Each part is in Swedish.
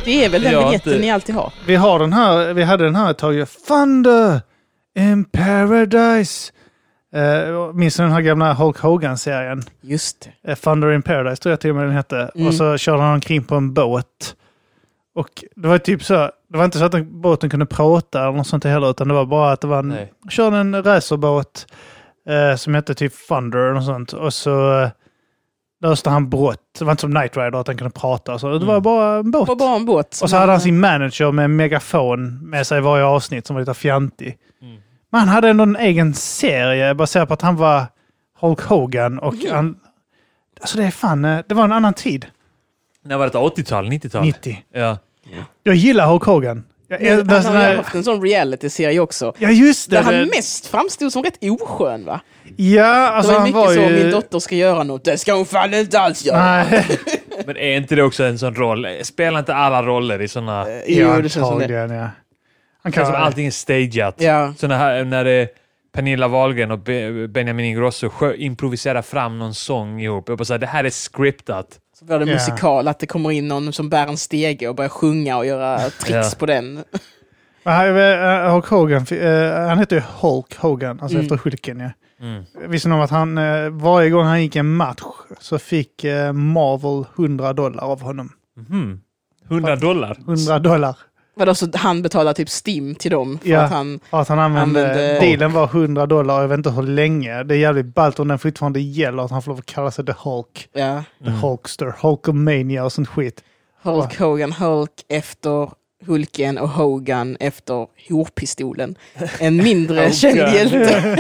Det är väl den vignetten ni alltid har. Vi hade den här ett tag. Thunder in Paradise. Minns du den här gamla Hulk Hogan-serien? Just det. Thunder in Paradise tror jag till och med den hette. Och så körde han omkring på en båt. Och det var typ så, det var inte så att båten kunde prata eller något sånt heller, utan det var bara att det var körde en racerbåt som hette typ Thunder eller något sånt. Och så löste han brott. Det var inte som Knight Rider att han kunde prata. Så det var bara en båt. Bara en båt. Och så hade han sin manager med en megafon med sig i varje avsnitt som var lite fjantig. Men han hade ändå en egen serie baserat på att han var Hulk Hogan. Och alltså det är fan, det var en annan tid. När var det 80-tal, 90-tal? 90. Ja. Jag gillar Hulk Hogan. Han har haft en sån reality-serie också. Ja, just det. Där han mest framstod som rätt oskön, va? Ja, alltså det var han mycket var så, ju... min dotter ska göra något. Det ska hon fan inte alls göra. Nej. Men är inte det också en sån roll? Spelar inte alla roller i såna... Jo, det känns som det. Ja. Han kan som allting är stageat. Ja. Så när det Pernilla Wahlgren och Benjamin Ingrosso improviserar fram någon sång ihop. Jag bara säga, det här är scriptat. Så var det musikal, att det kommer in någon som bär en stege och börjar sjunga och göra tricks på den. Hulk Hogan, han heter ju Hulk Hogan, alltså efter Hulken, ja. Visste nog att han, varje gång han gick en match så fick Marvel $100 av honom. $100? $100. Vadå, så han betalar typ Steam till dem för att han använde dealen var $100. Jag vet inte hur länge. Det är jävligt ballt om den fortfarande gäller att han får lov att kalla sig The Hulk. Ja. The Hulkster, Hulkamania och sånt skit. Hulk Hogan, Hulk efter Hulken och Hogan efter horpistolen. En mindre känd hjälte.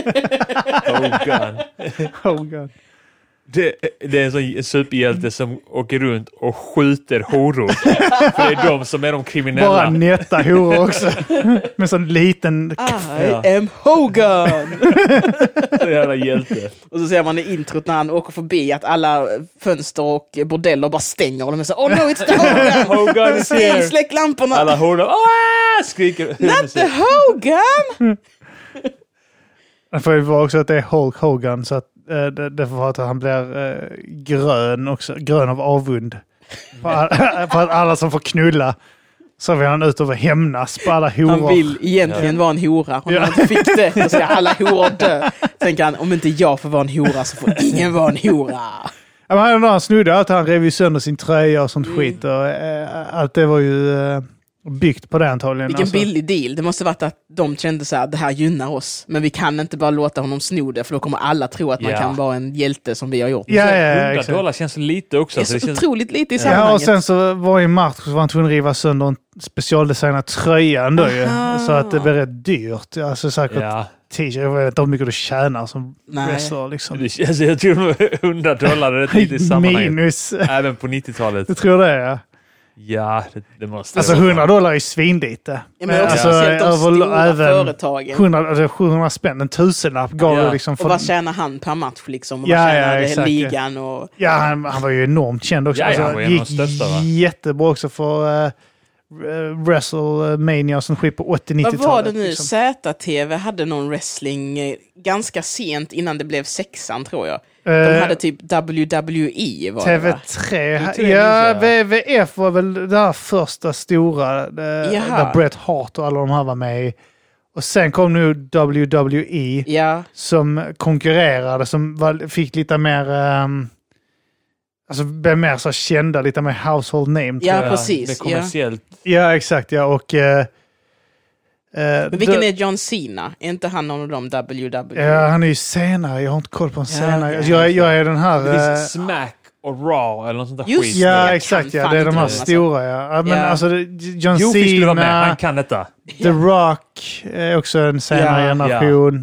Hogan. Det är en sån superhjälte som åker runt och skjuter horor. För det är de som är de kriminella. Bara nätta horor också. Med sån liten... I am Hogan! Så jävla hjälte. Och så ser man i introt när han åker förbi att alla fönster och bordeller bara stänger. Och de är så, oh no, it's the Hogan! Hogan is here! Släck lamporna! Alla horor, skriker. Not the Hogan! Det får ju vara också att det är Hulk Hogan, så att det får att han blir grön också, grön av avund. För att alla som får knulla, så vill han ut och hämnas på alla horor. Han vill egentligen vara en hora. Om han inte fick det, så ska alla horor dö. Tänker han, om inte jag får vara en hora så får ingen vara en hora. Ja, men han snudde att han rev ju sönder sin tröja och sånt skit. Och, allt det var ju byggt på det antagligen. Vilken billig deal. Det måste varit att de kände så här, det här gynnar oss. Men vi kan inte bara låta honom sno det, för då kommer alla tro att man kan vara en hjälte som vi har gjort. $100 känns lite också. Det är så otroligt lite i sammanhanget. Ja, och sen så var i match så var han tvungen att riva sönder en specialdesignad tröja ändå ju. Så att det blev rätt dyrt. Alltså säkert t-shirt. Jag vet inte hur mycket du tjänar som wrestler liksom. Alltså, jag tror $100 är rätt lite i sammanhanget. Minus. Även på 90-talet. Jag tror det, ja. Ja, det måste alltså $100 är svindite. Ja, men också de stora företagen. 700 spänn, en tusenlapp gav det liksom. Och vad tjänar han per match liksom? Och vad tjänar ligan? Och... Ja, han var ju enormt känd också. Ja, han var ju största, va? Jättebra också för WrestleMania och sån skit på 80-90-talet. Vad var det nu? Liksom. ZTV hade någon wrestling ganska sent innan det blev sexan, tror jag. De hade typ WWE. Var TV3. Ja, WWF var väl det här första stora där Bret Hart och alla de här var med i. Och sen kom nu WWE som konkurrerade, som fick lite mer alltså blev mer så kända, lite mer household name. Ja, precis. Det är kommersiellt. Ja, exakt. Ja, och men vilken är John Cena? Är inte han någon av dem WWE? Ja, han är ju senare. Jag har inte koll på en senare. Alltså, jag är den här... Det finns Smack och Raw eller något sånt där skit. Ja, exakt. Ja, det är de här stora. Ja. Men alltså, John Cena... Han kan detta. The Rock är också en senare generation.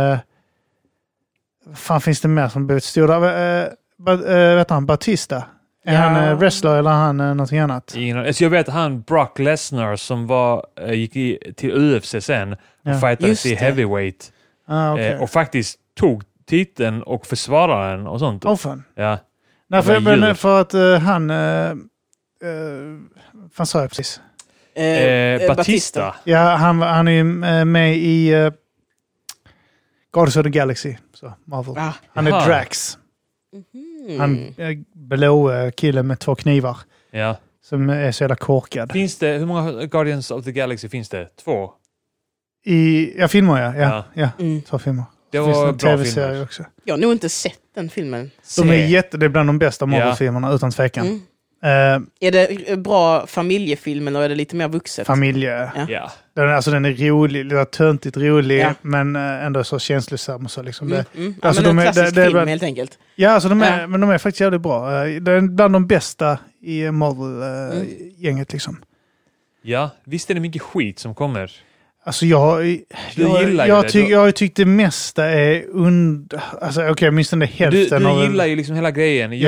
Fan, finns det mer som blivit stora? Vet han, Batista? Är han wrestler eller är han någonting annat? Alltså jag vet han Brock Lesnar som gick till UFC sen och fightades i heavyweight. Och faktiskt tog titeln och försvarade den och sånt. Fan. Ja. Nej, för att han... fan sa jag precis? Batista. Ja, han är ju med i Guardians of the Galaxy. Så, Marvel. Han är Drax. Han blå killen med 2 knivar. Ja. som är så jävla korkad. Finns det, hur många Guardians of the Galaxy finns det? 2? Filmer, ja. 2 filmer. Det var en bra tv-serie filmer också. Jag har nog inte sett den filmen. De är det är bland de bästa Marvel-filmerna, utan tvekan. Är det bra familjefilm eller är det lite mer vuxet? Familje. Ja. Den är rolig, lite töntigt rolig, men ändå så känslosam och så liksom. Alltså men en klassisk film helt enkelt. Ja, alltså men de är faktiskt jävligt bra. Det är bland de bästa i Marvel-gänget liksom. Ja, visst är det mycket skit som kommer. Alltså jag har tyckt det mesta är åtminstone hälften du gillar ju liksom hela grejen.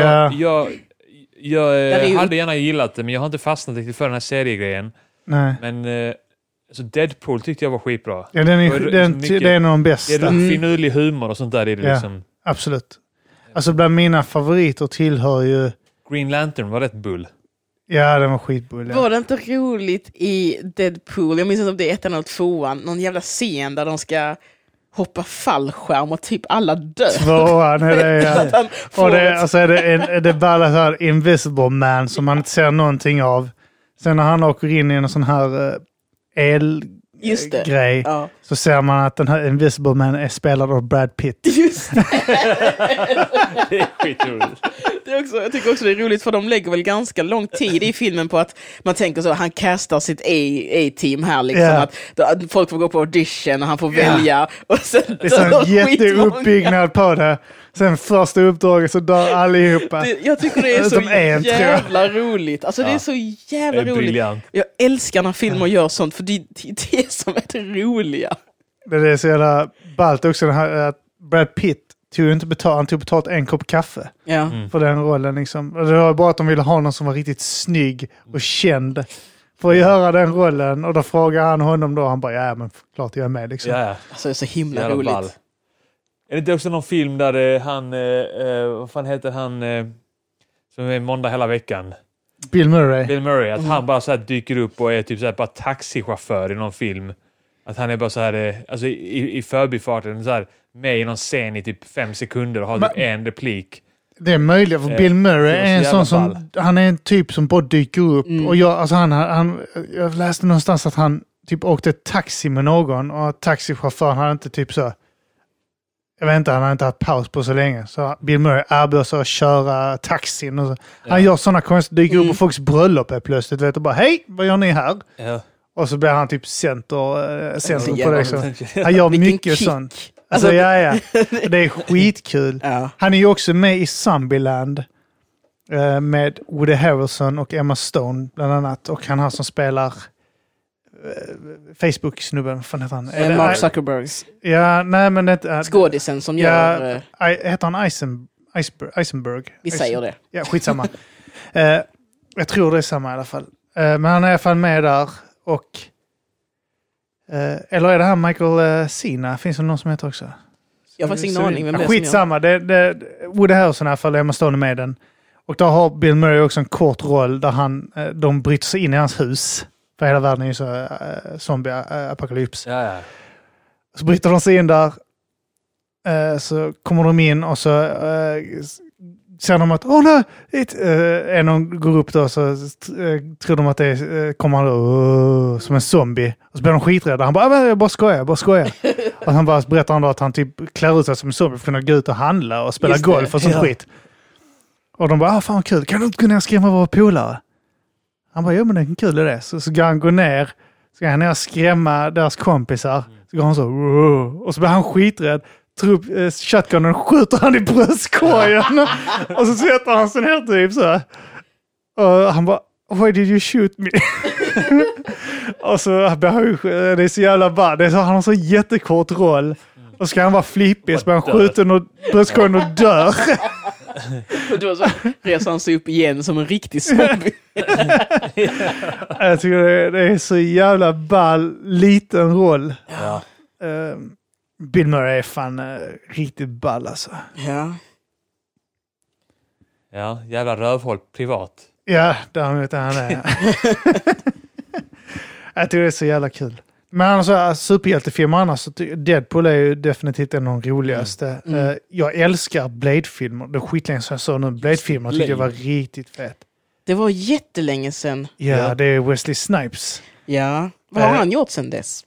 Jag hade gärna gillat det, men jag har inte fastnat riktigt för den här seriegrejen. Nej. Men alltså Deadpool tyckte jag var skitbra. Ja, det är en av de bästa. Det är finurlig humor och sånt där. Är det liksom. Absolut. Alltså bland mina favoriter tillhör ju... Green Lantern var rätt bull. Ja, den var skitbull. Ja. Var det inte roligt i Deadpool? Jag minns inte om det är 1 eller 2. Någon jävla scen där de ska hoppa fallskärm och typ alla dör. 2:an är det, ja. Och är det bara så här Invisible Man som man inte ser någonting av. Sen när han åker in i en sån här elgrej så ser man att den här Invisible Man är spelad av Brad Pitt. Just det. Det är skitroligt. Jag tycker också det är roligt för de lägger väl ganska lång tid i filmen på att man tänker så, han castar sitt A-team här liksom, att folk får gå på audition och han får välja och sen det är sån jätteuppbyggnad på det. Sen första uppdraget så dör allihopa. Jag tycker det är så jävla roligt. Alltså det är så jävla roligt. Brilliant. Jag älskar när filmer gör sånt för det är det som är det roliga. Det är så jävla ballt också att Brad Pitt han tog betalt en kopp kaffe för den rollen. Liksom. Det var bara att de ville ha någon som var riktigt snygg och känd för att göra den rollen. Och då frågade han honom då. Han bara, men klart jag är med. Liksom. Ja. Alltså det är så himla roligt. Ball. Är det inte också någon film där han, vad fan heter han som är måndag hela veckan? Bill Murray. Att han bara så här dyker upp och är typ så här bara taxichaufför i någon film. Att han är bara så här, alltså i förbifarten så här, med i någon scen i typ 5 sekunder och har typ en replik. Det är möjligt, för Bill Murray är en sån som, han är en typ som bara dyker upp. Och jag läste någonstans att han typ åkte taxi med någon och taxichauffören hade inte typ så, jag vet inte, han har inte haft paus på så länge. Så Bill Murray erbjöd sig att köra taxin. Och så. Han gör sådana konst, dyker upp på folks bröllop plötsligt. Vet du, bara, hej, vad gör ni här? Ja. Och så blir han typ center på det. Så. Han gör mycket sånt. Alltså, det är skitkul. Ja. Han är ju också med i Zombieland med Woody Harrelson och Emma Stone bland annat. Och han har som spelar Facebook-snubben, vad fan heter han? Mark Zuckerberg. Ja, nej men det skådisen som gör... heter han Eisenberg? Vi säger det. Ja, skitsamma. Jag tror det är samma i alla fall. Men han är i alla fall med där och eller är det här Michael Cena? Finns det någon som heter också? Jag har faktiskt ingen aning vem det är. Skitsamma. Det Woody Harrelson i alla fall, Emma Stone med den. Och där har Bill Murray också en kort roll där de bryter sig in i hans hus. För hela världen är ju så zombie-apokalyps. Ja. Så bryter de sig in där. Så kommer de in och så ser de att en någon går upp då så tror de att det kommer som en zombie. Och så blir de skiträdda. Han bara, jag bara skojar. Och han bara berättar han då att han typ klär ut sig som en zombie för att kunna gå ut och handla och spela golf och sånt skit. Och de bara, fan vad kul. Kan du inte gå ner och skrämma våra polare? Han bara, men det är en kul idé. Så går han gå ner. Så går han ner och skrämma deras kompisar. Så går han så. Och så blir han skiträdd. Tar upp shotgunnen och skjuter han i bröstkorgen. Och så sätter han sig ner typ så. Och han bara, why did you shoot me? Och så det är så jävla bra. Det är så, han har så jättekort roll. Och så ska han vara flippig. Så blir han skjuten och bröstkorgen och dör. Och då så reser han sig upp igen som en riktig zombie. Jag tycker det är så jävla ball, liten roll. Ja. Bill Murray är fan riktigt ball alltså. Ja, jävla rövhål privat. Ja, det vet han är. Jag tycker det är så jävla kul. Men alltså, superhjältefilmer annars, Deadpool är ju definitivt en av de roligaste. Jag älskar Blade-filmer. Det är skitlänge som jag såg nu. Blade-filmer tycker jag var riktigt fett. Det var jättelänge sedan. Ja, det är Wesley Snipes. Ja, vad har han gjort sedan dess?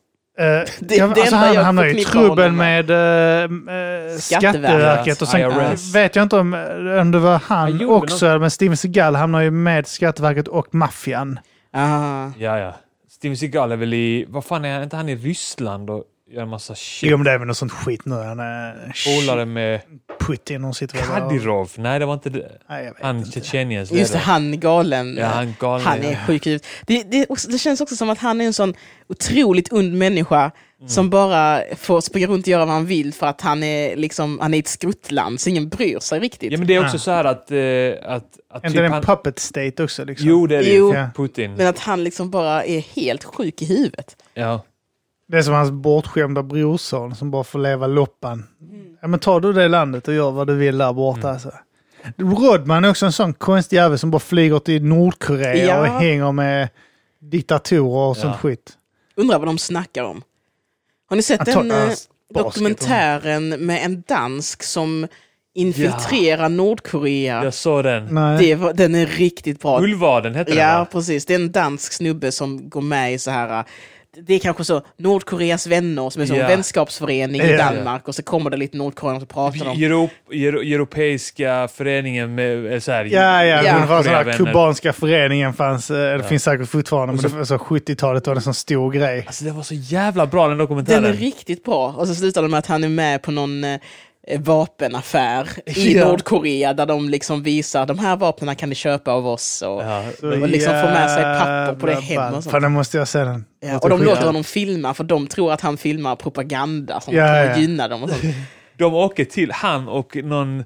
Han hamnar i trubbel med Skatteverket. Och sen vet jag inte om det var han också, men Steven Seagal hamnar ju med Skatteverket och maffian. Ja. Steven Seagal är väl i... Vad fan är inte han i Ryssland och gör en massa shit? Jo, men det är väl något sånt skit nu. Han är... Polare med... Putin och sitter Kadyrov. Nej, det var inte det. Nej, han Tjetjeniens ledare. Just det, han galen. Ja, han är sjuk. Det känns också som att han är en sån otroligt ond människa som bara får springa runt och göra vad han vill för att han är ett skruttland så ingen bryr sig riktigt. Ja, men det är också så här att typ en puppet state också liksom. Jo, det är det. Putin. Men att han liksom bara är helt sjuk i huvudet. Ja. Det är som hans bortskämda brorson som bara får leva loppan. Ja, men tar du det landet och gör vad du vill där borta. Alltså. Rodman är också en sån konstig jävel som bara flyger till Nordkorea och hänger med diktatorer och sånt skit. Undrar vad de snackar om. Har ni sett den dokumentären med en dansk som infiltrerar Nordkorea? Jag såg den. Den är riktigt bra. Ullvaden heter den, Ja, precis. Det är en dansk snubbe som går med i så här... Det är kanske så Nordkoreas vänner som är som vänskapsförening i Danmark och så kommer det lite Nordkorea och pratar om Europeiska föreningen med så här. Det var sån här kubanska föreningen fanns, det finns säkert fortfarande, men det var så 70-talet var det en sån stor grej. Alltså det var så jävla bra den dokumentären. Den är riktigt bra. Och så slutar det med att han är med på någon vapenaffär i Nordkorea där de liksom visar de här vapnen kan ni köpa av oss och liksom få med sig papper på det hem och sånt. För det måste jag säga den. Ja, och de låter honom filma för de tror att han filmar propaganda som kommer gynna dem och sånt. De åker till han och någon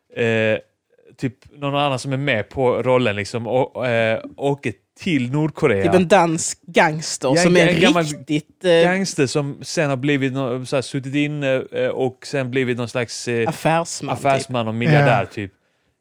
typ någon annan som är med på rollen liksom och åker till Nordkorea. Typ en dansk gangster som är riktigt... gangster som sen har blivit så här, suttit in och sen blivit någon slags affärsman och miljardär typ.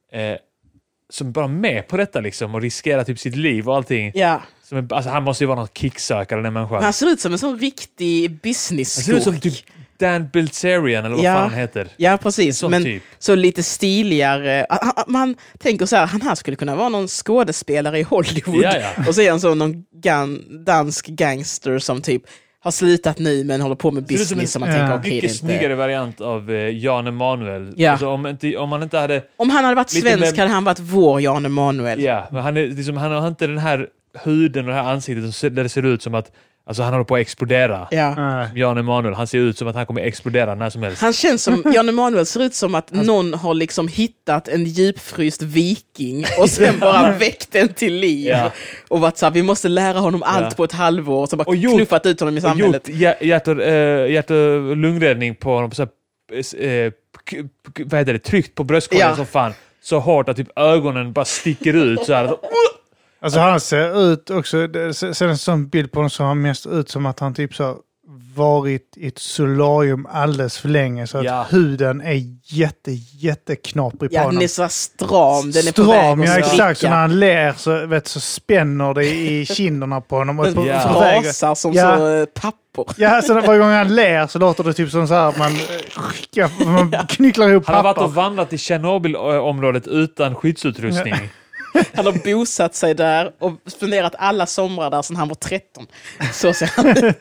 Som bara med på detta liksom och riskerar typ sitt liv och allting. Ja. Alltså han måste ju vara någon kicksökare den människan. Han ser ut som en sån riktig business-skurk. Han ser ut som typ Dan Bilzerian eller vad fan han heter. Ja, precis. Sån men typ. Så lite stiligare. Man tänker så här, han här skulle kunna vara någon skådespelare i Hollywood. Och så är han så någon dansk gangster som typ har slutat nu men håller på med business som man tänker okej, mycket snyggare variant av Jan Emanuel. Ja. Alltså, om han inte hade... Om han hade varit svensk hade han varit vår Jan Emanuel. Ja, men han har inte den här huden och det här ansiktet där det ser ut som att alltså han håller på att explodera. Ja. Jan Emanuel, han ser ut som att han kommer explodera när som helst. Han känns som, Jan Emanuel ser ut som att någon har liksom hittat en djupfryst viking och sen bara väckt den till liv. Ja. Och varit så här, vi måste lära honom allt på ett halvår och så bara knuffat ut honom i samhället. Och hjärt- och lungräddning på honom på så här, vad heter det, tryckt på bröstkorgen som fan. Så hårt att typ ögonen bara sticker ut så här. Alltså han ser ut också, ser en sån bild på honom som han mest ut som att han typ så varit i ett solarium alldeles för länge så att huden är jätteknaprig på honom. Ja, den är så stram, den är på väg att exakt. Så när han ler så spänner det i kinderna på honom. Och den rasar som så pappor. Ja, så varje gång han ler så låter det typ som så här att man knycklar ihop pappor. Han har varit och vandrat i Tjernobyl-området utan skyddsutrustning. Han har bosatt sig där och spenderat alla somrar där sedan han var 13. Så ser han ut.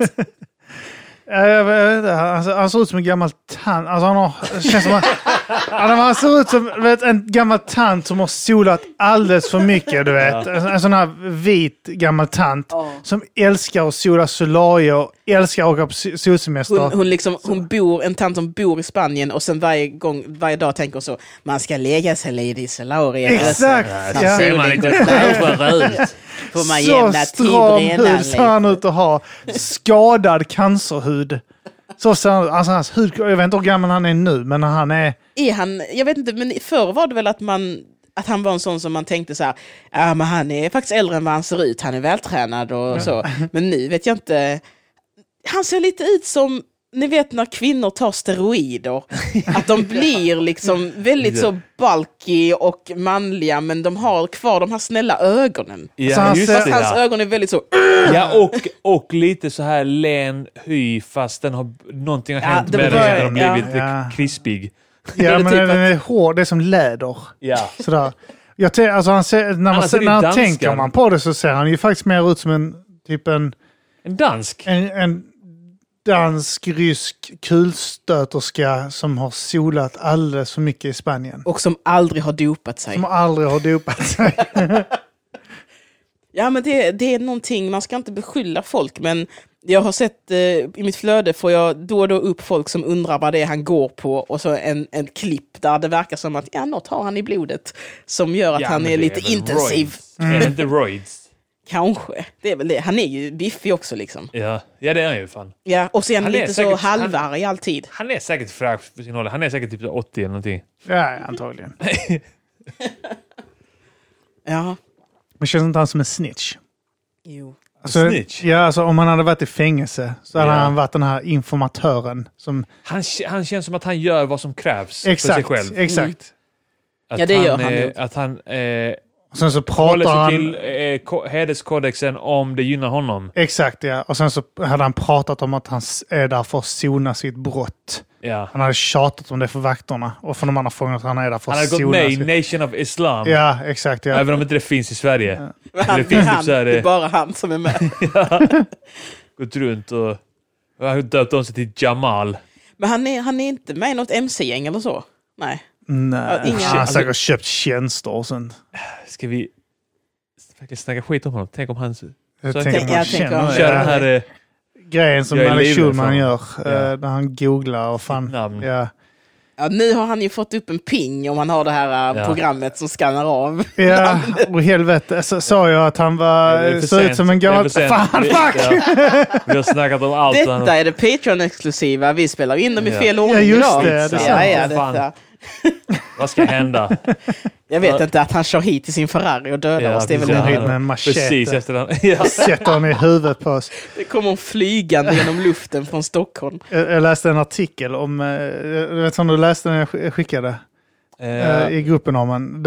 Jag vet inte, han ser ut som en gammal tant. Alltså han ser ut som en gammal tant som har solat alldeles för mycket, du vet. En sån här vit gammal tant som älskar att sola solarier, älskar att åka på solsemester. Hon bor, en tant som bor i Spanien och sen varje dag tänker så, man ska lägga sig lite i solarier. Exakt! När solen går ner ut. Får man så stram hud ser han ut att ha. Skadad cancerhud. Så ser han, alltså hans hud, jag vet inte hur gammal han är nu, men när han är... Jag vet inte, men förr var det väl att han var en sån som man tänkte så här, ja men han är faktiskt äldre än vad han ser ut, han är vältränad och så. Men nu vet jag inte, han ser lite ut som, ni vet när kvinnor tar steroider, att de blir liksom väldigt så bulky och manliga, men de har kvar de här snälla ögonen. Ja, hans ögon är väldigt så... Ja, och lite så här len hy, fast någonting har hänt med den, har blivit krispig. Ja, men den är hård, det är som läder. Ja. Sådär. Alltså när man tänker man på det så ser han ju faktiskt mer ut som en dansk. En dansk-rysk kulstöterska som har solat alldeles för mycket i Spanien. Och som aldrig har dopat sig. Ja, men det är någonting, man ska inte beskylla folk, men jag har sett i mitt flöde får jag då och då upp folk som undrar vad det är han går på, och så en klipp där det verkar som att något har han i blodet som gör att han är lite intensiv. Är det inte roids? Kanske, det är väl det. Han är ju biffig också liksom. Ja det är han ju fan. Ja, och sen han lite så halvarg alltid. Han är säkert fräsch för sin ålder. Han är säkert typ 80 eller någonting. Ja, antagligen. Ja. Men känns inte han som en snitch? Jo. Alltså, snitch? Ja, alltså om han hade varit i fängelse så hade han varit den här informatören som... Han känns som att han gör vad som krävs för sig själv. Exakt. Ja, det gör han ju. Att han... sen så pratar han till hederskodexen om det gynnar honom. Exakt, ja. Och sen så hade han pratat om att han är där för att sona sitt brott. Ja. Han hade tjatat om det för vakterna. Och för de andra fångarna att han är där för att sona. Han har gått med i Nation of Islam. Ja, exakt. Ja. Även om inte det finns i Sverige. Ja. Det är bara han som är med. Gått runt och har döpt om sig till Jamal. Men han är inte med i något MC-gäng eller så? Nej. Han har säkert köpt tjänster och sånt. Ska vi snacka skit om honom? Tänk om han... Jag tänker kör den här... grejen som Alex Schulman gör. När han googlar och fan... Ja, nu har han ju fått upp en ping om han har det här programmet som skannar av. Ja, och helvete. Så sa jag att han såg ut som en gammal... Fan, fuck! Vi har snackat om allt. Detta är det Patreon-exklusiva. Vi spelar in dem i fel ordning. Ja, just det. Detta. Vad ska hända? Jag vet inte, att han kör hit i sin Ferrari och dödar oss. Det är väl hit med en machete. Precis efter den. Sätter honom i huvudet på oss. Det kommer flygande genom luften från Stockholm. Jag läste en artikel om... Jag vet inte om du läste den jag skickade. I gruppen om en...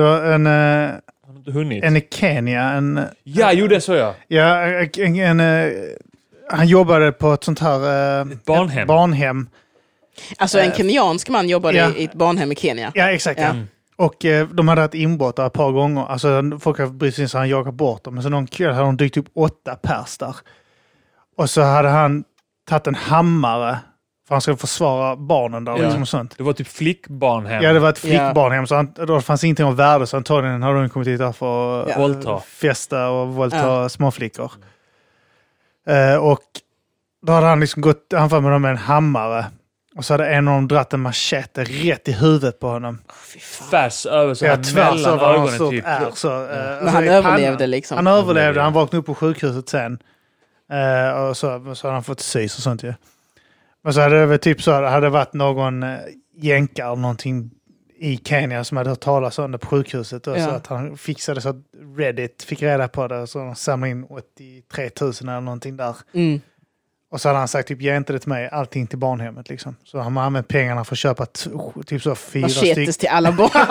En i Kenya. Det så jag. Ja, han jobbade på ett sånt här... barnhem. Alltså en kenyansk man jobbade i ett barnhem i Kenya. Ja, exakt. Ja. Och de hade haft inbrott ett par gånger. Alltså folk har brytt sig så han jagat bort dem. Men så någon kväll hade de dykt upp 8 pers där. Och så hade han tagit en hammare för han skulle försvara barnen där. Liksom och sånt. Det var typ flickbarnhem. Ja, det var ett flickbarnhem. Så då fanns ingenting av värde. Så antagligen hade de kommit dit där för att festa och våldta småflickor. Och då hade han liksom gått anfall med dem med en hammare. Och så hade en av dem dratt en machete rätt i huvudet på honom. Tvärs över så tvärs över ögonen typ. Men han överlevde liksom. Han överlevde, han vaknade upp på sjukhuset sen. Och så hade han fått sys och sånt ju. Men så hade det väl typ så hade det varit någon jänkare eller någonting i Kenya som hade hört talas om det på sjukhuset. Och så att han fixade så att Reddit fick reda på det. Och så de samlade in 83 000 eller någonting där. Mm. Och så hade han sagt typ, ge inte det till mig, allting till barnhemmet liksom. Så han har använt pengarna för att köpa typ så 4 stycken. Machetes till alla barn.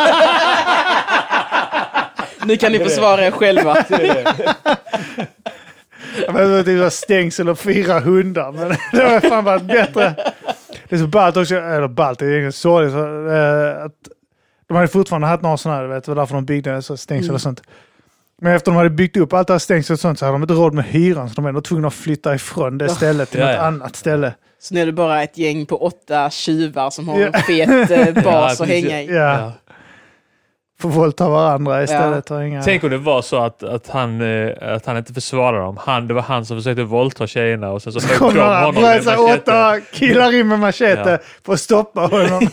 Nu kan ni försvara er själva. Men det var typ stängsel och 4 hundar. Men det var fan varit bättre. Det är så ballt också, eller ballt, det är ingen sorgligt. Att de hade fortfarande haft några sådana här, vet du, därför de byggde så stängsel och sånt. Men efter de hade byggt upp allt det här stängsel och sånt så hade de inte råd med hyran. Så de var ändå tvungna att flytta ifrån det stället till något annat ställe. Så nu är det bara ett gäng på 8 tjuvar som har en fet bas att hänga i. Ja. Får våldta varandra istället. Tänk om det var så att han inte försvarade dem. Det var han som försökte våldta tjejerna och sen så högg de honom med machete. 8 killar in med machete för att stoppa honom.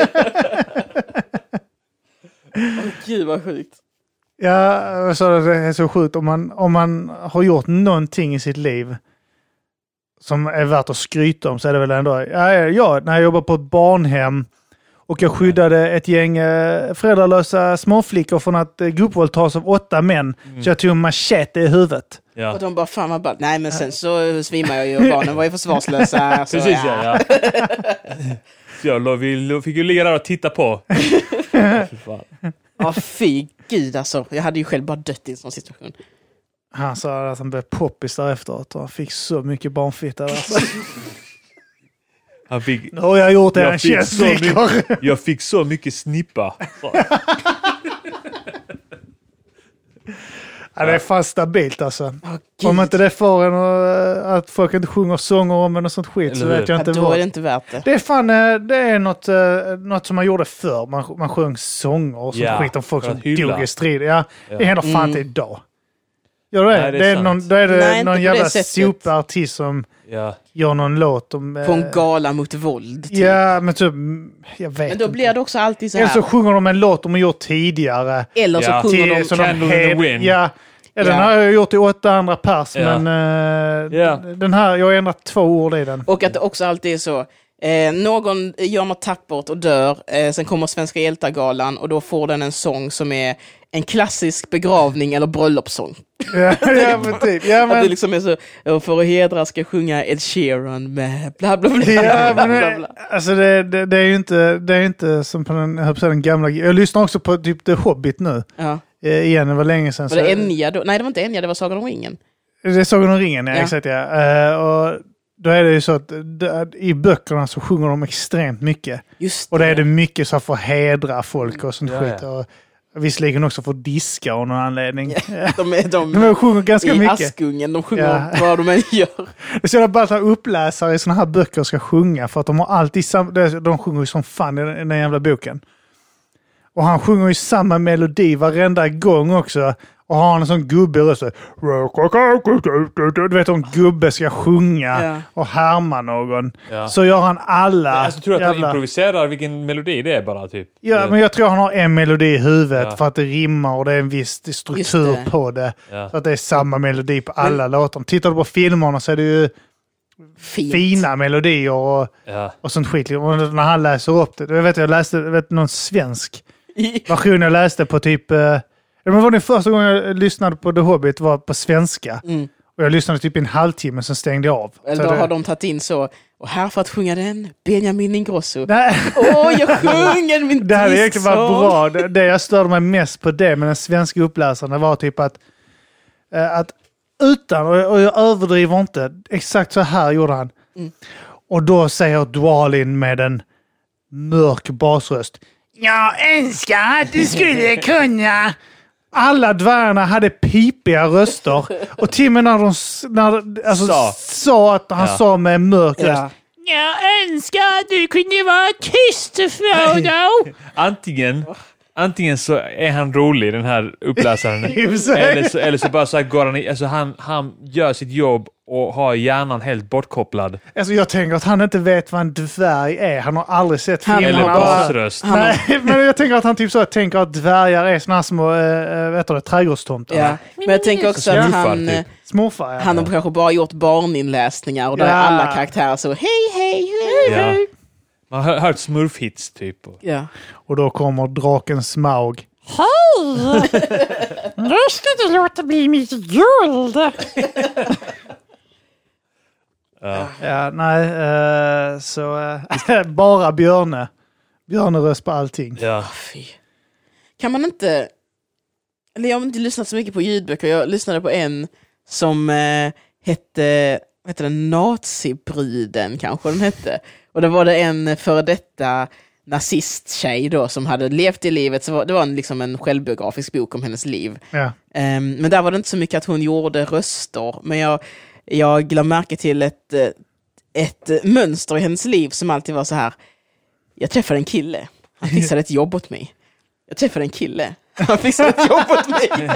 Gud vad sjukt. Ja, så det är så sjukt. Om man har gjort någonting i sitt liv som är värt att skryta om så är det väl ändå... när jag jobbade på ett barnhem och jag skyddade ett gäng föräldralösa småflickor från att gruppvåldtas av 8 män. Så jag tog en machete i huvudet. Ja. Och de bara, fan vad ballt. Nej, men sen så svimmar jag ju och barnen var ju försvarslösa. Så, precis, vi fick ju ligga där och titta på. Fy gud alltså. Jag hade ju själv bara dött i en sån situation. Han sa att han blev poppis där efteråt och han fick så mycket barnfitta. Alltså. Nu har jag gjort det en jag fick så mycket snippa. Ja, det är fan stabilt alltså. Om inte det får en att folk inte sjunger sånger om en och sånt skit så vet jag inte vad. Då är det inte värt det. Det är fan, det är något som man gjorde förr. Man sjöng sånger och sånt skit om folk som dog i strid. Ja, det händer fan inte idag. Gör det? Nej, det är någon jävla superartist som gör någon låt om... På en gala mot våld. Typ. Ja, men typ... Jag vet. Men då blir det också alltid så här. Eller så sjunger de en låt de har gjort tidigare. Eller så sjunger de Candle in the Wind. Ja, den har jag gjort i 8 andra pers. Men den här, jag har ändrat 2 ord i den. Och att det också alltid är så... någon gör något tappert och dör. Sen kommer Svenska hjältargalan och då får den en sång som är en klassisk begravning eller bröllopssång. Ja, men typ. Ja, men... Att det liksom är så, för att hedra ska sjunga Ed Sheeran med bla bla bla. Ja, men bla, bla. Alltså det är ju inte som på den gamla... Jag lyssnar också på typ The Hobbit nu. Ja. Igen, det var länge sedan. Var det Enya då? Nej, det var inte Enya, det var Sagan om ringen. Det är Sagan om ringen, ja. Exakt, ja. Och då är det ju så att i böckerna så sjunger de extremt mycket. Just det. Och det är det mycket så för att hedra folk och sånt skit. Och visserligen också för att diska av någon anledning. Ja, de sjunger ganska mycket. I Askungen, de sjunger vad de än gör. Det är så att bara uppläsare i såna här böcker ska sjunga för att de har alltid de sjunger ju som fan i den jävla boken. Och han sjunger ju samma melodi varenda gång också. Och har en sån gubbe röst. Du vet om gubbe ska sjunga och härma någon. Ja. Så gör han alla. Alltså, tror du att han improviserar vilken melodi det är bara typ? Ja, men jag tror han har en melodi i huvudet för att det rimmar och det är en viss struktur på det. Ja. Så att det är samma melodi på alla låtar. Tittar du på filmerna så är det ju fina melodier och sånt skit. Och när han läser upp det. Jag läste någon svensk version jag läste på typ... Men var det första gången jag lyssnade på The Hobbit var på svenska. Och jag lyssnade typ i en halvtimme, sen stängde jag av. Eller då har de tagit in så, och här för att sjunga den, Benjamin Ingrosso. Jag sjunger min det här är egentligen var bra. Det jag störde mig mest på det med den svenska uppläsaren var typ att utan, och jag överdriver inte, exakt så här gjorde han. Och då säger Dwalin med en mörk basröst. Jag önskar att du skulle kunna... Alla dvärgarna hade pipiga röster. Och till och med när de sa att han sa med mörk röst. Jag önskar att du kunde vara tyst, Frodo. Antingen så är han rolig, den här uppläsaren. eller så bara så här går han... Alltså han gör sitt jobb och har hjärnan helt bortkopplad. Alltså jag tänker att han inte vet vad en dvärg är. Han har aldrig sett filmen. Eller basröst. Nej, men jag tänker att han typ så tänker att dvärgar är såna små trädgårdstomtar. Ja. Men jag tänker också att han har kanske bara gjort barninläsningar och där är alla karaktärer så hej. Man har hört smurfhits typ. Ja. Och då kommer draken Smaug. Hej! Nu ska du låta bli mitt guld. bara Björne röst på allting. Ja. Fy. Kan man inte... Eller jag har inte lyssnat så mycket på ljudböcker. Jag lyssnade på en som hette Nazibruden kanske den hette. Och då var det en före detta nazisttjej då som hade levt i livet. Så det var liksom en självbiografisk bok om hennes liv. Ja. Men där var det inte så mycket att hon gjorde röster. Men jag lade märke till ett mönster i hennes liv som alltid var så här. Jag träffade en kille. Han fixade ett jobb åt mig. Jag träffade en kille. Han fixade ett jobb åt mig.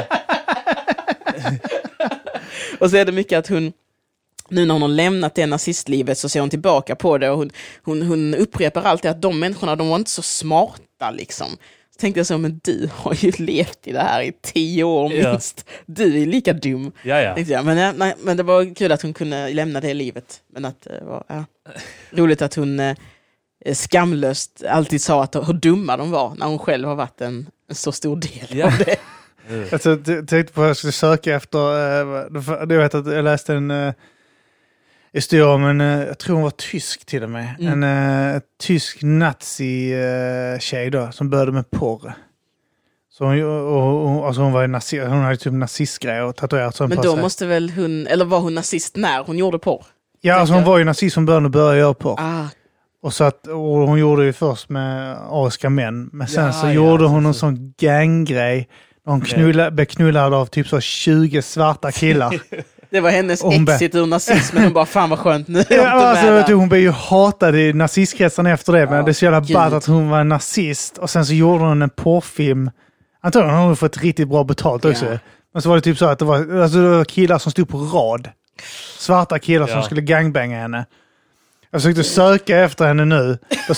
Och så är det mycket att hon... Nu när hon har lämnat det nazistlivet så ser hon tillbaka på det och hon upprepar alltid att de människorna, de var inte så smarta liksom. Så tänkte jag så, men du har ju levt i det här i 10 år minst. Du är lika dum. Ja. Jag. Men det var kul att hon kunde lämna det livet. Men att det var roligt att hon skamlöst alltid sa att hur dumma de var när hon själv har varit en så stor del av det. Jag tänkte på att jag skulle söka efter... Du vet att jag läste en... historia om jag tror hon var tysk till och med. En tysk nazi-tjej då, som började med porr. Så hon var nazist, hon hade typ nazistgrejer och tatuerat som. Men då måste väl hon, eller var hon nazist när hon gjorde porr? Ja, alltså hon var ju nazist som började göra porr. Och hon gjorde ju först med ariska män. Men sen så gjorde hon en sån ganggrej Hon blev knullad av typ så 20 svarta killar. Det var hennes exit ur nazismen. Hon bara, fan vad skönt nu. Hon blev ju hatad i nazistkretsen efter det. Men det är så jävla bad att hon var en nazist. Och sen så gjorde hon en porrfilm. Antagligen har hon fått riktigt bra betalt också. Men så var det typ så att det var killar som stod på rad. Svarta killar som skulle gangbanga henne. Jag försökte söka efter henne nu.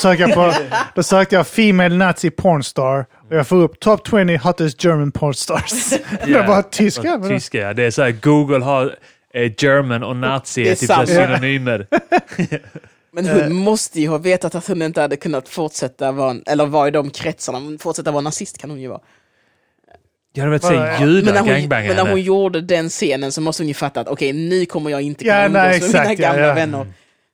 Då sökte jag female nazi pornstar. Och jag får upp top 20 hottest German pornstars. Det var bara tyska. Tyska, det är så här, Google har German och nazi är typ synonymer. Men hon måste ju ha vetat att hon inte hade kunnat fortsätta vara i de kretsarna. Fortsätta vara nazist kan hon ju vara. Jag hade velat säga judar gangbangare. Men när hon gjorde den scenen så måste hon ju fatta att okej, nu kommer jag inte kunna umgås med mina gamla vänner.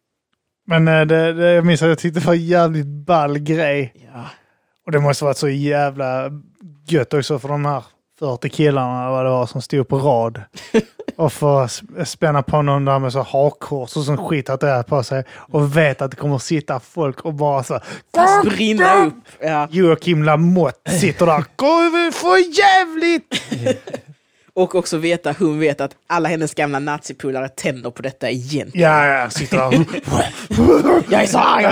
Men jag minns att jag tyckte det var en jävligt ball grej. Ja. Och det måste varit så jävla gött också för de här 40 killarna vad det var som stod på rad. Och få spänna på någon där med så hakkors och sån skit att det är på sig. Och vet att det kommer att sitta folk och bara så brinna upp. Ja. Joakim Lamotte sitter där. Gå för jävligt! Och också hon vet att alla hennes gamla nazipolare tänder på detta igen. Ja, sitter där. jag är så arg.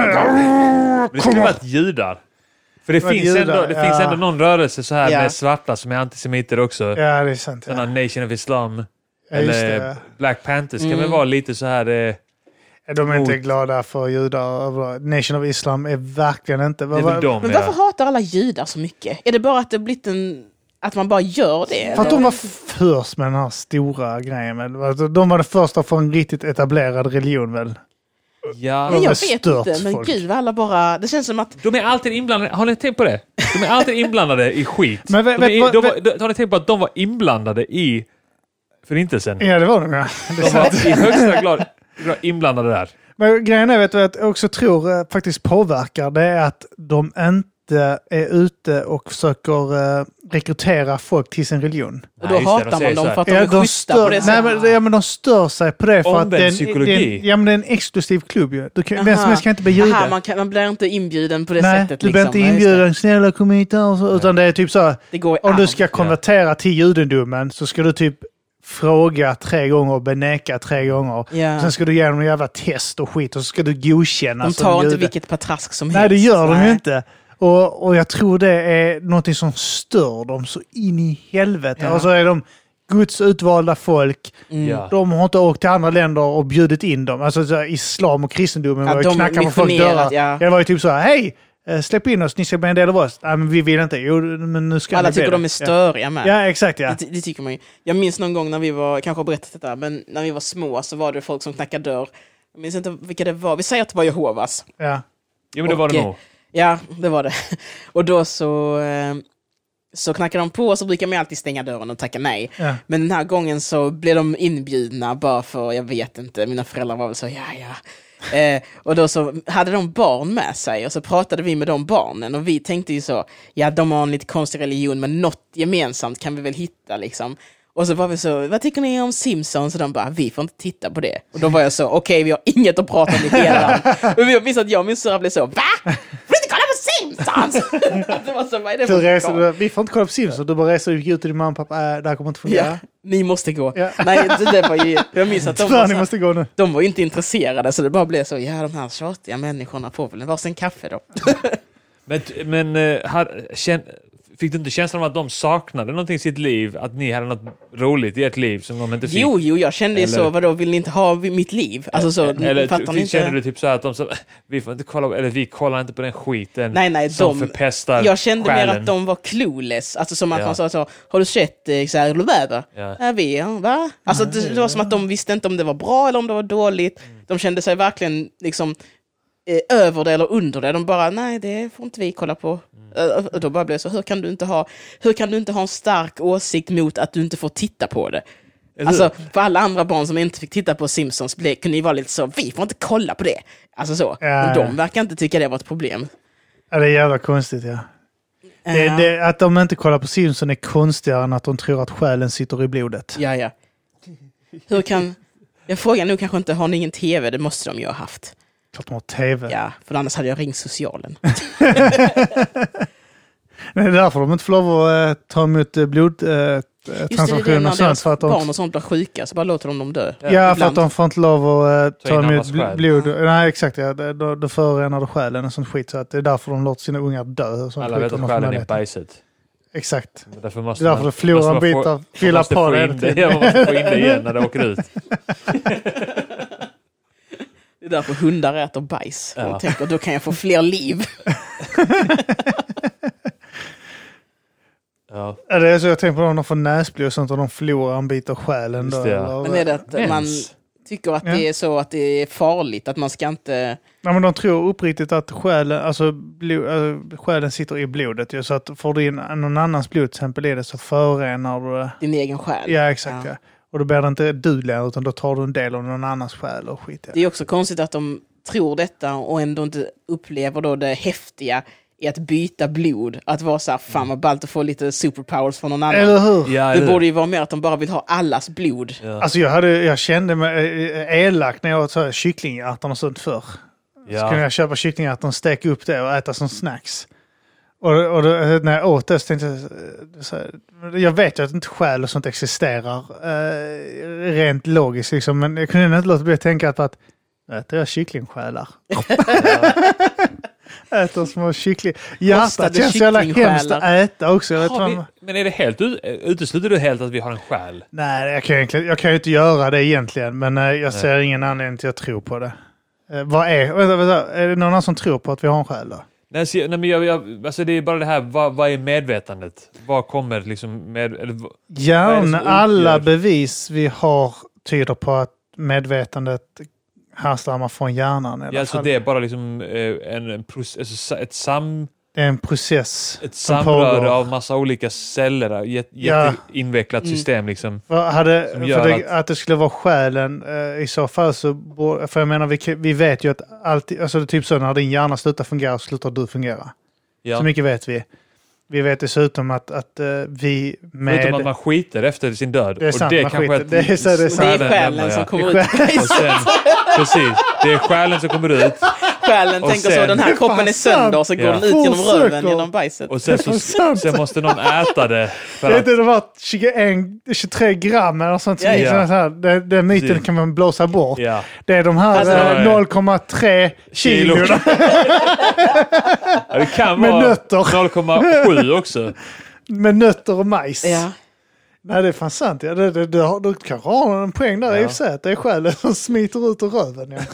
Men det skulle varit judar. För det finns ändå någon rörelse så här med svarta som är antisemiter också. Ja, det är sant. Sådana Nation of Islam. Eller Black Panthers kan väl vara lite så här... de är inte glada för judar. Nation of Islam är verkligen inte... Men varför hatar alla judar så mycket? Är det bara att det blivit att man bara gör det? För att de var först med den här stora grejen. De var det första för en riktigt etablerad religion väl? Ja. Men jag vet inte, men gud alla bara... Det känns som att... De är alltid inblandade... Har ni tänkt på det? De är alltid inblandade i skit. Men har ni tänkt på att de var inblandade i Förintelsen? Ja, det var de, ja. De var i högsta grad inblandade där. Men grejen är, vet du, att jag också tror faktiskt påverkar, det är att de inte är ute och försöker rekrytera folk till sin religion. Och då hatar man dem för att de är schyssta på det sättet. Men de stör sig på det för att det är en exklusiv klubb. Ju. Vem som helst kan inte bli juden. Man blir inte inbjuden på det sättet. Du blir inte inbjuden, snälla kom hit och så, utan det är typ så, om du ska konvertera till judendomen så ska du typ fråga 3 gånger och beneka 3 gånger. Ja. Sen ska du göra någon jävla test och skit och så ska du godkänna. De tar inte vilket patrask som helst. Nej, det gör de ju inte. Och jag tror det är något som stör dem så in i helvete. Ja. Och så är de Guds utvalda folk. De har inte åkt till andra länder och bjudit in dem. Alltså så, islam och kristendomen var ju knacka på folk dörrar. Ja. Det var ju typ så här, hej, släpp in oss, ni ska bli en del av oss. Nej, men vi vill inte. Jo, men nu ska alla tycker de är störiga med. Ja, exakt. Ja. Det tycker man ju. Jag minns någon gång när vi var, kanske har berättat detta, men när vi var små så var det folk som knackade dörr. Jag minns inte vilka det var. Vi säger att det var Jehovas. Ja. Jo, men det var det nog. Ja, det var det. Och då så knackade de på och så brukar man alltid stänga dörren och tacka nej. Ja. Men den här gången så blev de inbjudna bara för, jag vet inte, mina föräldrar var väl så, och då så hade de barn med sig och så pratade vi med de barnen och vi tänkte ju så, ja de har en lite konstig religion men något gemensamt kan vi väl hitta liksom. Och så var vi så, vad tycker ni om Simpsons? Och de bara, vi får inte titta på det. Och då var jag så, okej, vi har inget att prata om i hela. Och jag minns att jag och min syrra blev så, va? Får inte kolla på Simpsons? Det var så, vad är det för vi får inte kolla på Simpsons. Du bara reser ut till din mamma och pappa, det här kommer inte fungera. Ja, ni måste gå. Ja. Nej, det var ju, jag minns att måste gå nu. De var inte intresserade, så det bara blev så, ja, de här tjatiga människorna får väl varsin kaffe då. Fick du inte känslan om att de saknade någonting i sitt liv? Att ni hade något roligt i ert liv som de inte fick? Jo, jag kände ju så. Vadå, vill ni inte ha mitt liv? Alltså så, eller kände du typ så att de så, vi får inte kolla, eller vi kollar inte på den skiten. Nej, som förpestar jag kände själen. mer att de var clueless. Alltså som att man sa så, har du sett så här, Löväver? Va? Alltså det var som att de visste inte om det var bra eller om det var dåligt. De kände sig verkligen liksom över det eller under det. De bara, nej, det får inte vi kolla på. Och då bara blev det så, hur kan du inte ha en stark åsikt mot att du inte får titta på det? Alltså, för alla andra barn som inte fick titta på Simpsons kunde ju vara lite så, vi får inte kolla på det. Alltså så. Men de verkar inte tycka det var ett problem. Ja, det är jävla konstigt, ja. Att de inte kollar på Simpsons är konstigare än att de tror att själen sitter i blodet. Ja. Hur kan... Jag frågar nu kanske inte, har ni ingen tv? Det måste de ju ha haft. Klart de har tv. Ja, för annars hade jag ringt socialen. Men det är därför de inte får lov att ta emot blodtransfusioner och sånt. För att barn och sånt blir sjuka så bara låter de dem dö. Ja, ibland. För att de får inte lov att ta emot blod. Nej, exakt. Ja. Då förorenar det själen och sånt skit. Så att det är därför de låter sina ungar dö. Alla vet att själen är bajset. Exakt. Därför måste det är därför förlorar bitar. Fylla på det. Man måste få in det igen när det åker ut. Det är därför hundar äter bajs. Ja. Och tänker, då kan jag få fler liv. Ja. Det är så jag tänker på om de får näsblod och sånt och de förlorar en bit av själen. Då, men är det att man tycker att det är så att det är farligt, att man ska inte... Ja, men de tror uppriktigt att själen sitter i blodet. Ju, så att får du in någon annans blod till exempel är det så förorenar du din egen själ. Ja, exakt. Ja. Och då blir det inte du längre utan då tar du en del av någon annans själ och skit. Ja. Det är också konstigt att de tror detta och ändå inte upplever då det häftiga i att byta blod. Att vara så här, fan vad ballt att få lite superpowers från någon annan. Eller hur? Ja, det borde ju vara mer att de bara vill ha allas blod. Ja. Alltså jag kände mig elak när jag åt kycklinghjärtan och sånt förr. Ja. Så kunde jag köpa kycklinghjärtan, steka upp det och äta som snacks. Och då, när jag åt det så tänkte jag vet ju att inte själ och sånt existerar rent logiskt liksom, men jag kunde inte låta bli att tänka på att äter jag kycklingsjälar. Äter små kyckling. Hjärtat känns jävla hemskt att äta också. Men är det helt utesluter du helt att vi har en själ? Nej, jag kan ju inte göra det egentligen, men jag ser ingen anledning till att tro på det. Är det någon annan som tror på att vi har en själ då? Nej, men alltså det är bara det här, vad är medvetandet? Vad kommer liksom alla bevis vi har tyder på att medvetandet härstammar från hjärnan. Ja, alltså det är bara liksom det är en process. Ett samröre av massa olika celler. Jätteinvecklat system liksom. Att det skulle vara själen i så fall så... För jag menar, vi vet ju att alltid... Alltså det är typ så när din hjärna slutar fungera så slutar du fungera. Ja. Så mycket vet vi. Vi vet dessutom att vi med... Förutom att man skiter efter sin död. Det är sant, och det man kanske skiter. Det är själen som kommer ut. Precis, det är själen som kommer ut. Själen tänker så, den här kroppen är sönder och så går den ut genom röven, genom bajset. Och sen måste någon äta det. Det var 23 gram eller sånt. Den myten kan man blåsa bort. Ja. Det är de här 0,3 kilo. Det kan vara 0,7 också. Med nötter och majs. Ja. Nej, det är fan sant. Ja. Du kanske har en poäng där i och för sig. Det är själen som smiter ut ur röven. Ja.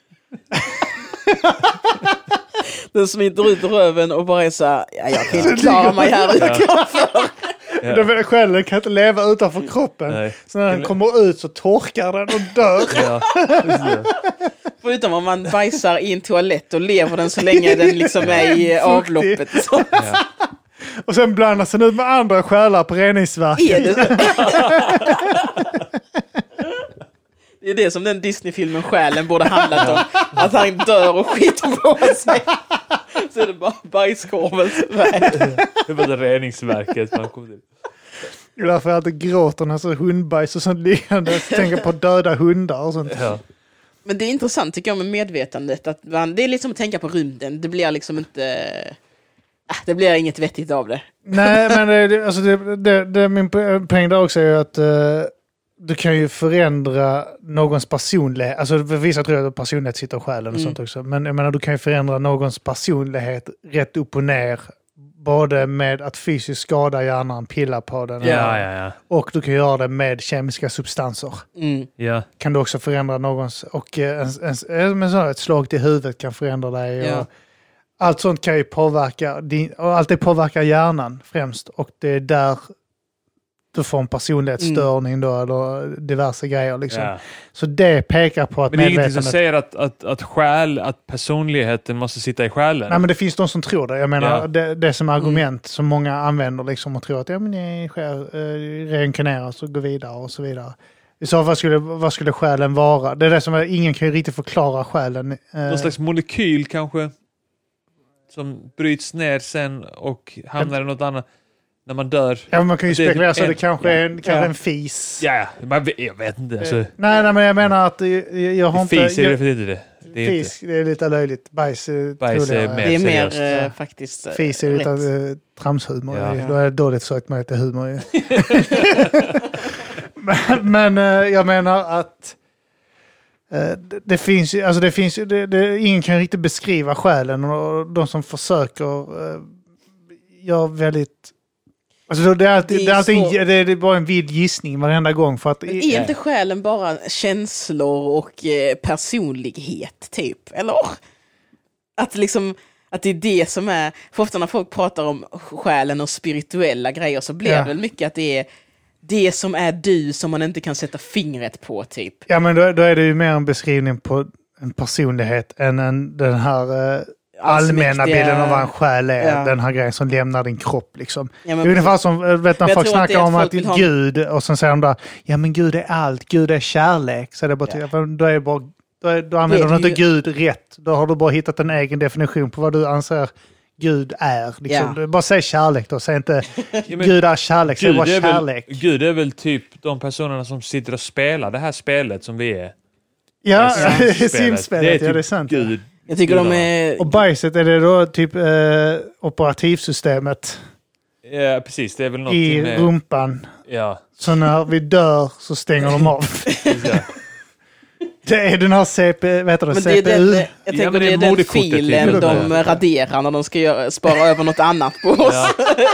Den smiter ut ur röven och bara är så här, jag kan inte klara mig här utanför. Ja. Själen kan inte leva utanför kroppen. Nej. Så när den kommer ut så torkar den och dör. Ja. Förutom om man bajsar i en toalett och lever den så länge den liksom är i avloppet. Ja. Och sen blandas den ut med andra själar på reningsverket. Det är det som den Disney-filmen Själen borde handlat om. Att han dör och skiter på sig. Så är det bara bajskorvens väg. Det var det reningsverket man kom till. Därför att det gråter när så hundbajs och sånt liggande. Jag tänker på döda hundar och sånt. Ja. Men det är intressant tycker jag med medvetandet. Att det är liksom att tänka på rymden. Det blir liksom inte... Det blir inget vettigt av det. Nej, men min poäng där också är att du kan ju förändra någons personlighet. Alltså vissa tror att personlighet sitter i själen och sånt också. Men jag menar, du kan ju förändra någons personlighet rätt upp och ner. Både med att fysiskt skada hjärnan, pilla på den. Ja. Och du kan göra det med kemiska substanser. Ja. Kan du också förändra någons... Och ett slag till huvudet kan förändra dig. Ja. Och allt sånt kan ju påverka... Och allt det påverkar hjärnan främst. Och det är där du får en personlighetsstörning då, eller diverse grejer liksom. Ja. Så det pekar på att... Men det är ingenting som säger att personligheten måste sitta i själen. Nej, men det finns de som tror det. Jag menar, det som argument som många använder liksom och tror att reinkarneras och går vidare och så vidare. Så vad skulle själen vara? Det är det som ingen kan ju riktigt förklara själen. Någon slags molekyl kanske som bryts ner sen och hamnar i något annat. när man dör. Ja, man kan ju spekulera så det kanske är en fis. Ja, jag vet inte. Alltså. Nej, men jag menar att jag har inte... Fis är det inte. Fis, det är lite löjligt. Bajs är mer, det är mer faktiskt fis är lite tramshumor. Ja. Då är det dåligt sagt med att det är humor. men jag menar att det finns ingen kan riktigt beskriva själen, och de som försöker gör väldigt... Alltså det är bara en vild gissning varenda gång. För att, men är inte själen bara känslor och personlighet typ? Eller? Att det är det som är... För ofta när folk pratar om själen och spirituella grejer så blir det väl mycket att det är det som är du som man inte kan sätta fingret på typ. Ja, men då är det ju mer en beskrivning på en personlighet än den här... allmänna bilden av vad en själ är, den här grejen som lämnar din kropp liksom. Ja, det är ungefär som när folk snackar om att Gud och sen säger de där, ja men Gud är allt, Gud är kärlek, så det är bara då använder du inte Gud rätt, då har du bara hittat en egen definition på vad du anser Gud är liksom. Bara säg kärlek då, säg inte Gud är kärlek, säg bara kärlek. Gud är väl typ de personerna som sitter och spelar det här spelet som vi är. Ja, simspelet, det är sant. Gud. Jag tycker de är... Och bajset, är det då typ operativsystemet? Ja, precis. Det är väl något i med... rumpan. Ja. Så när vi dör så stänger de av. Det är den här CPU. Jag tänker det är den filen de raderar när de ska spara över något annat på oss. Ja.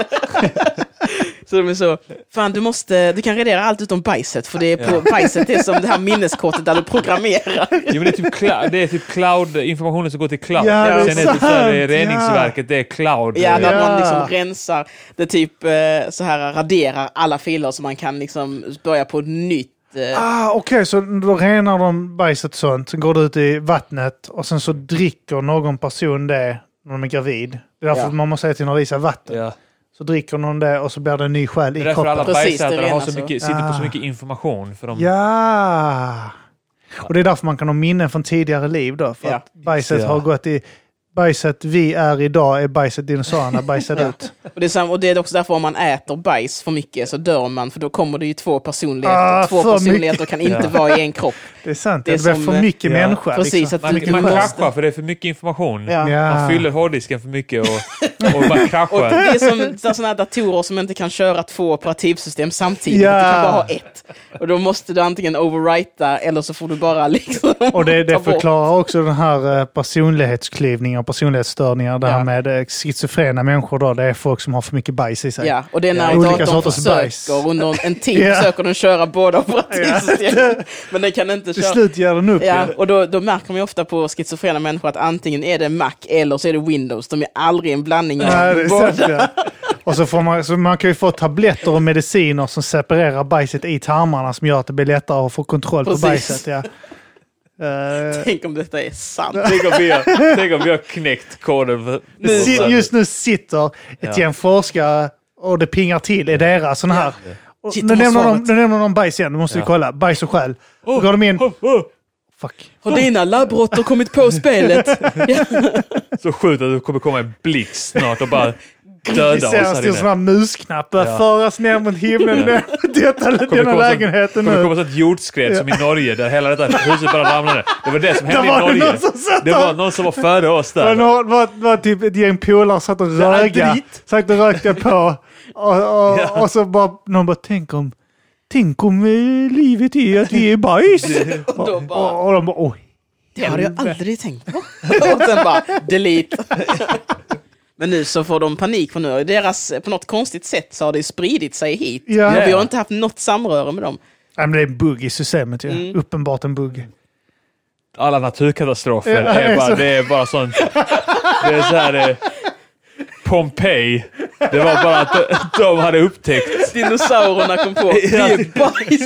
Så de är så, fan du kan radera allt utom bajset, för det är på bajset är som det här minneskortet där du programmerar. Jo, men det är typ cloud, informationen som går till cloud. Ja, sen är det typ så här, det är reningsverket, det är cloud. Ja, där man liksom rensar, det typ så här raderar alla filer så man kan liksom börja på nytt. Okej, så då renar de bajset sånt, sen går det ut i vattnet och sen så dricker någon person det när de är gravid. Det är därför man måste säga till någon visa vatten. Ja. Så dricker någon det och så blir det en ny själ i kroppen. Alla bajsätare har så mycket, sitter på så mycket information. För dem. Ja! Och det är därför man kan ha minnen från tidigare liv då. För att bajset har gått i... Bajset vi är idag är bajset dinosaurierna bajsade ut. Och det är också därför om man äter bajs för mycket så dör man. För då kommer det ju två personligheter. Två personligheter kan inte vara i en kropp. Det är sant. Det är för mycket människa. Precis, liksom. att man kraschar för det är för mycket information. Man fyller hårddisken för mycket och man kraschar. Och det är som sådana här datorer som inte kan köra 2 operativsystem samtidigt. Du kan bara ha ett. Och då måste du antingen overwrita eller så får du bara liksom och det förklarar också den här personlighetsklyvningen och personlighetsstörningar. Det här med schizofrena människor då. Det är folk som har för mycket bajs i sig. Ja, och det är när datorn försöker under en tid försöker den köra båda operativsystem. Men den kan inte köra. Till slut gör den upp. Ja, och då märker man ju ofta på schizofrena människor att antingen är det Mac eller så är det Windows. De är aldrig en blandning av båda. Och så man kan ju få tabletter och mediciner som separerar bajset i tarmarna som gör att det blir lättare att få kontroll på bajset. Ja. Tänk om detta är sant. Tänk om vi har knäckt koden. Just nu sitter ett gäng forskare och det pingar till i deras sån här. Nu nämner de bajs igen. Nu måste vi kolla. Bajs och själ. Då går de in. Fuck. Har dina labbråttor kommit på spelet? Så sjukt att det kommer komma en blixt snart och bara döda oss här inne. Det är sådana musknappar föras ner mot himlen. Denna lägenheten nu. Det kommer så ett jordskred som i Norge där hela detta huset bara ramlade. Det var det som hände i Norge. Det var någon som var före oss där. Det var typ ett gäng polare satt och rökte på. Och så bara någon bara tänk om livet är att vi är bajs. Och de bara oj. Det hade jag aldrig tänkt på. Och sen bara delete. Men nu så får de panik för nu. På något konstigt sätt så har det spridit sig hit. Ja. Men vi har inte haft något samröre med dem. Men det är en bugg i systemet. Uppenbart en bugg. Alla naturkatastrofer det är bara sånt. Det är så här... Pompeji. Det var bara att de hade upptäckt. Dinosaurerna kom på. Det är bajs.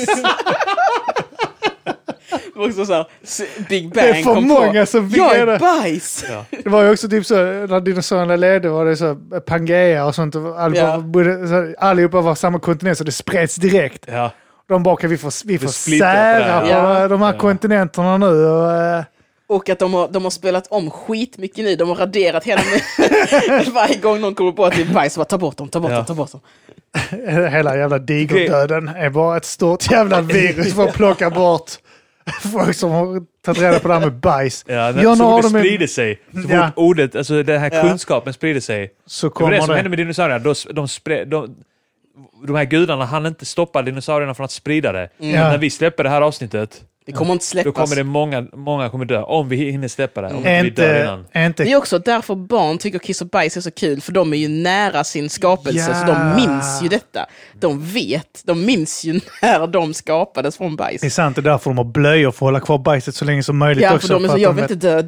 Det var också så här, Big Bang. Det är för många som jag är bajs. Ja. Det var ju också typ så när dinosaurierna ledde var det så Pangea och sånt. Allihopa var samma kontinent så det spreds direkt. Ja. De bara vi får sära på de här kontinenterna nu. Och, Och att de har spelat om skitmycket nu. De har raderat hela varje gång någon kommer på att det är bajs. Så bara, ta bort dem. Hela jävla digerdöden är bara ett stort jävla virus för att plocka bort folk som har tagit reda på det här med bajs. Ja, så det sprider sig. Så fort ordet, alltså den här kunskapen sprider sig. Så kommer det var det som hände med dinosaurierna. De här gudarna hann inte stoppa dinosaurierna från att sprida det. När vi släpper det här avsnittet, det kommer inte släppas. Då kommer det många kommer dö. Om vi hinner släppa det. Om vi dör innan. Det är också därför barn tycker kiss och bajs är så kul. För de är ju nära sin skapelse. Så de minns ju detta. De minns ju när de skapades från bajs. Det är sant, det är därför de har blöjor för att hålla kvar bajset så länge som möjligt. Ja, för de är så, jag vill inte dö.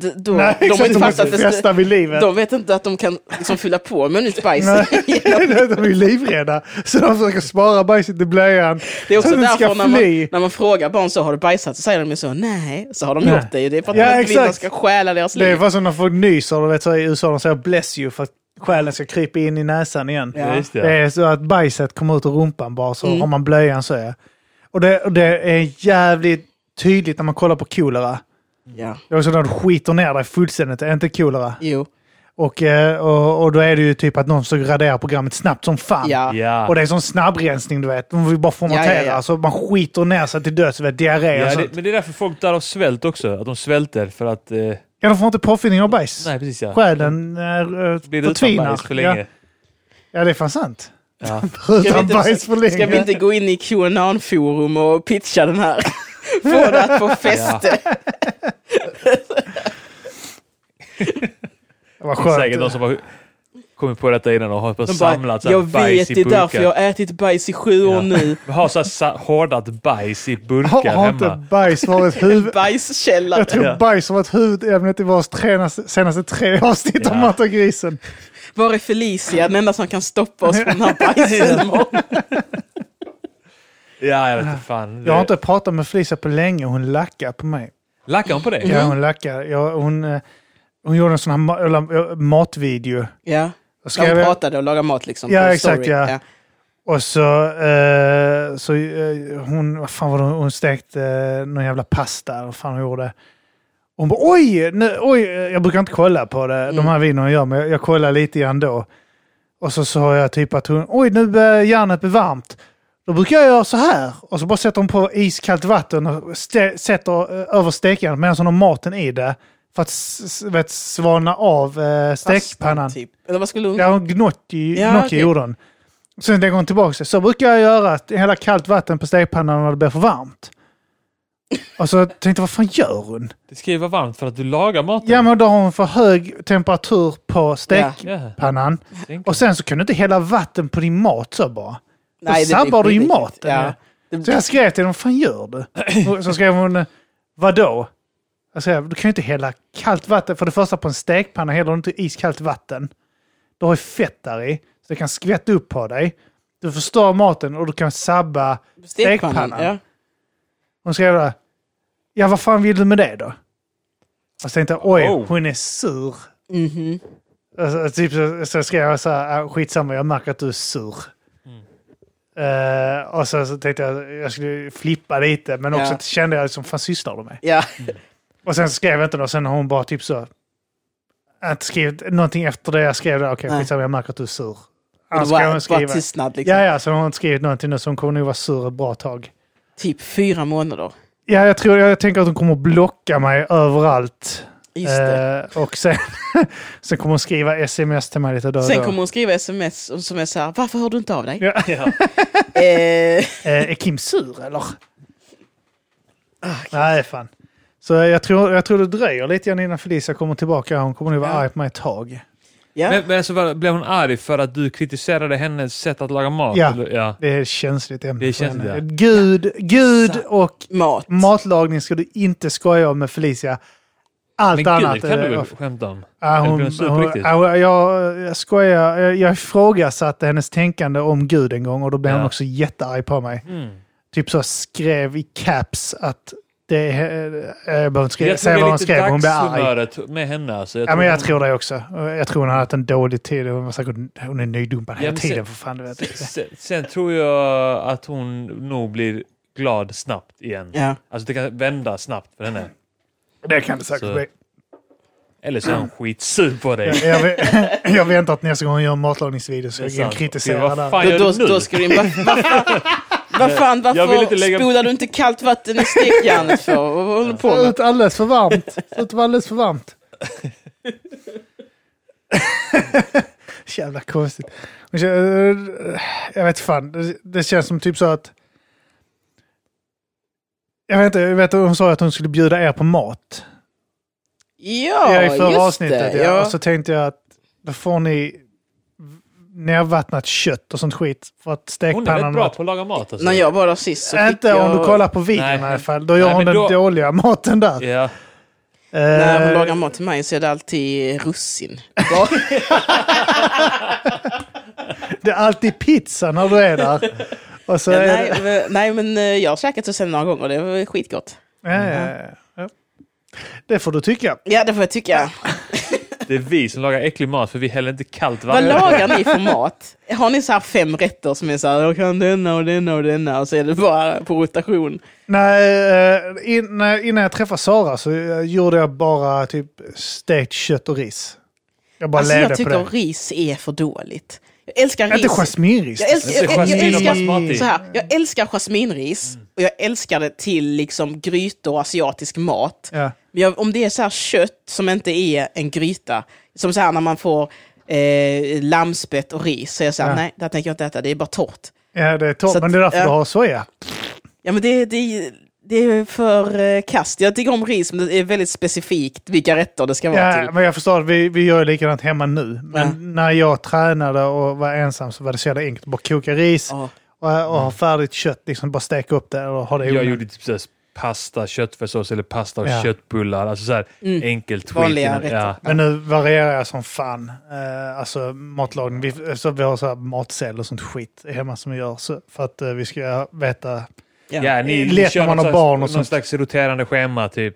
De vet inte att de kan liksom fylla på med nytt bajs. De är ju livrädda. Så de försöker spara bajset i blöjan. Det är också därför när man frågar barn så har du bajsat, så säger de ju så, nej, så har de gjort det. Det är för att de inte vill ska stjäla deras liv. Det är för att de får nysar, du vet, så i USA de säger bless you för att själen ska krypa in i näsan igen. Ja. Det är så att bajset kommer ut ur rumpan bara, så har man blöjan så är. Och det är jävligt tydligt när man kollar på kolera. Ja. Det är också när du skiter ner dig fullständigt, det är inte kolera. Jo. Och då är det ju typ att någon försöker radera programmet snabbt som fan. Ja. Och det är sån snabbrensning, du vet. De vill bara formatera. Ja. Så man skiter ner sig till döds, vet, diarré och sånt. Men det är därför folk där av svält också. Att de svälter för att... Ja, de får inte påfyllning av bajs. Nej, precis, ja. Själen blir utan bajs för länge. Ja, det är fan sant. Ja. Utan bajs för länge. Ska vi inte gå in i QAnon-forum och pitcha den här? Få det att få fäste. Vad skönt. Säkert de som har kommit på detta innan och har samlat jag bajs vet, i det är därför burkar. jag har ätit bajs i 7 år nu. Vi har så hårdat bajs i burkar hemma. Har inte bajs varit bajskällare? Jag tror bajs har varit huvudämnet i våra senaste 3 avsnitt av Matt och grisen. Var är Felicia, den enda som kan stoppa oss från den här bajshumorn? Ja, jag vet inte fan. Jag har inte pratat med Felicia på länge, hon lackar på mig. Lackar hon på det? Ja, hon lackar. Hon gjorde en sån här matvideo. Ja, de pratade och lagade mat liksom. Ja, exakt, ja. Och så hon, vad fan var det, hon stekte någon jävla pasta, vad fan hon gjorde. Hon bara, oj, jag brukar inte kolla på det, de här videorna jag gör, men jag kollar lite grann då. Och så sa jag typ att hon, nu börjar järnet bli varmt. Då brukar jag göra så här. Och så bara sätter hon på iskallt vatten och sätter över stekjärnet medan hon har maten i det. För att svalna av stekpannan. Typ. Eller vad skulle hon? Ja, gnocchi gjorde hon. Sen lägger hon tillbaka sig. Så brukar jag göra hela kallt vatten på stekpannan när det blir för varmt. Och så tänkte jag, vad fan gör hon? Det ska ju vara varmt för att du lagar maten. Ja, men då har hon för hög temperatur på stekpannan. Ja. Och sen så kan du inte hälla vatten på din mat så bara. Nej, då sabbar du ju maten. Ja. Så jag skrev till henne, vad fan gör du? Så skrev hon, vadå? Jag säger, du kan ju inte hälla kallt vatten. För det första på en stekpanna häller du inte iskallt vatten. Du har ju fett där i. Så det kan skvätta upp på dig. Du förstör maten och du kan sabba stekpannan. Ja. Hon skrev där, ja, vad fan vill du med det då? Och så tänkte jag, hon är sur. Mm-hmm. Alltså, så skrev jag så här, skitsamma, jag märker att du är sur. Och så tänkte jag skulle flippa lite, men också kände jag som fan sysslar du med. Ja. Och sen skrev jag inte då, sen har hon bara typ så att skrivit någonting efter det jag skrev där, okej, skitsamma, jag märker att du är sur. Annars kan hon skriva. Tystnad, liksom. Ja, så har hon skrivit någonting nu, så hon kommer nog vara sur ett bra tag. Typ 4 månader. Ja, jag tänker att hon kommer att blocka mig överallt. Just det. Och sen kommer hon skriva sms till mig lite då. Sen kommer hon skriva sms som är så här, varför hör du inte av dig? Ja. Är Kim sur eller? Nej, fan. Så jag tror det dröjer lite grann innan Felicia kommer tillbaka. Hon kommer nog vara arg på mig ett tag. Ja. Men så blev hon arg för att du kritiserade hennes sätt att laga mat? Ja, eller? Ja. Det är känsligt ämne. Det är känsligt, ja. Gud och matlagning ska du inte skoja om med Felicia. Allt men annat. Gud, kan du väl skämta om? Jag skojar. Jag ifrågasatte hennes tänkande om Gud en gång och då blev hon också jättearg på mig. Typ så skrev i caps att jag behöver inte säga vad hon skrev, hon blev arg. Med henne, alltså. Jag tror det också. Jag tror hon har haft en dålig tid. Hon är nydumpad hela tiden för fan. Sen tror jag att hon nog blir glad snabbt igen. Ja. Alltså det kan vända snabbt för henne. Det kan det säkert bli. Eller så är han skitsug på dig. Jag väntar att nästa gång jag gör en matlagningsvideo så jag kan kritisera där. Då ska du varför spolar du inte kallt vatten i stekjärnet för? Vad håller på med? Ut alldeles för varmt. Jävla konstigt. Jag vet fan. Det känns som typ så att jag vet hon sa att hon skulle bjuda er på mat. Ja, i förra avsnittet. Ja. Och så tänkte jag att då får ni nervattnat kött och sånt skit för att stekpannan... Hon är väldigt bra på att laga mat. Alltså. När jag var där sist så inte om du kollar på videon i alla fall. Då gör hon den dåliga maten där. Ja. När hon lagar mat till mig så är det alltid russin. Det är alltid pizza när du är där. Och så nej, men jag har käkat så sen några gånger och det var skitgott. Ja. Det får du tycka. Ja, det får jag tycka. Det är vi som lagar äcklig mat för vi häller inte kallt vatten. Vad lagar ni för mat? Har ni så här 5 rätter som är så här, jag kan denna och denna och denna och så är det bara på rotation? Nej, innan jag träffade Sara så gjorde jag bara typ stekt kött och ris. Jag bara levde på det. Jag tycker ris är för dåligt. Jag älskar ris. Inte jasminris. Jag älskar jasminris och jag älskar det till liksom grytor och asiatisk mat. Ja. Men om det är så här kött som inte är en gryta, som så här när man får lammspett och ris, så är jag så här, nej, det tänker jag inte äta, det är bara torrt. Ja, det är torrt, men det är därför du har soja. Ja, men det är för kast. Jag tycker om ris, men det är väldigt specifikt vilka rätter det ska vara till. Men jag förstår att vi gör likadant hemma nu. Men när jag tränade och var ensam så var det så jävla enkelt. Bara koka ris och ha färdigt kött. Liksom bara steka upp det och ha det. Jag gjorde typ såhär pasta, köttfärssås eller pasta och köttbullar. Alltså såhär enkelt. Vanliga rätter. Ja. Men nu varierar jag som fan. Alltså matlagning. Vi har så här matcell och sånt skit hemma som vi gör. Så, för att vi ska veta... Ja, ni kör man har barn och någon slags roterande schema typ.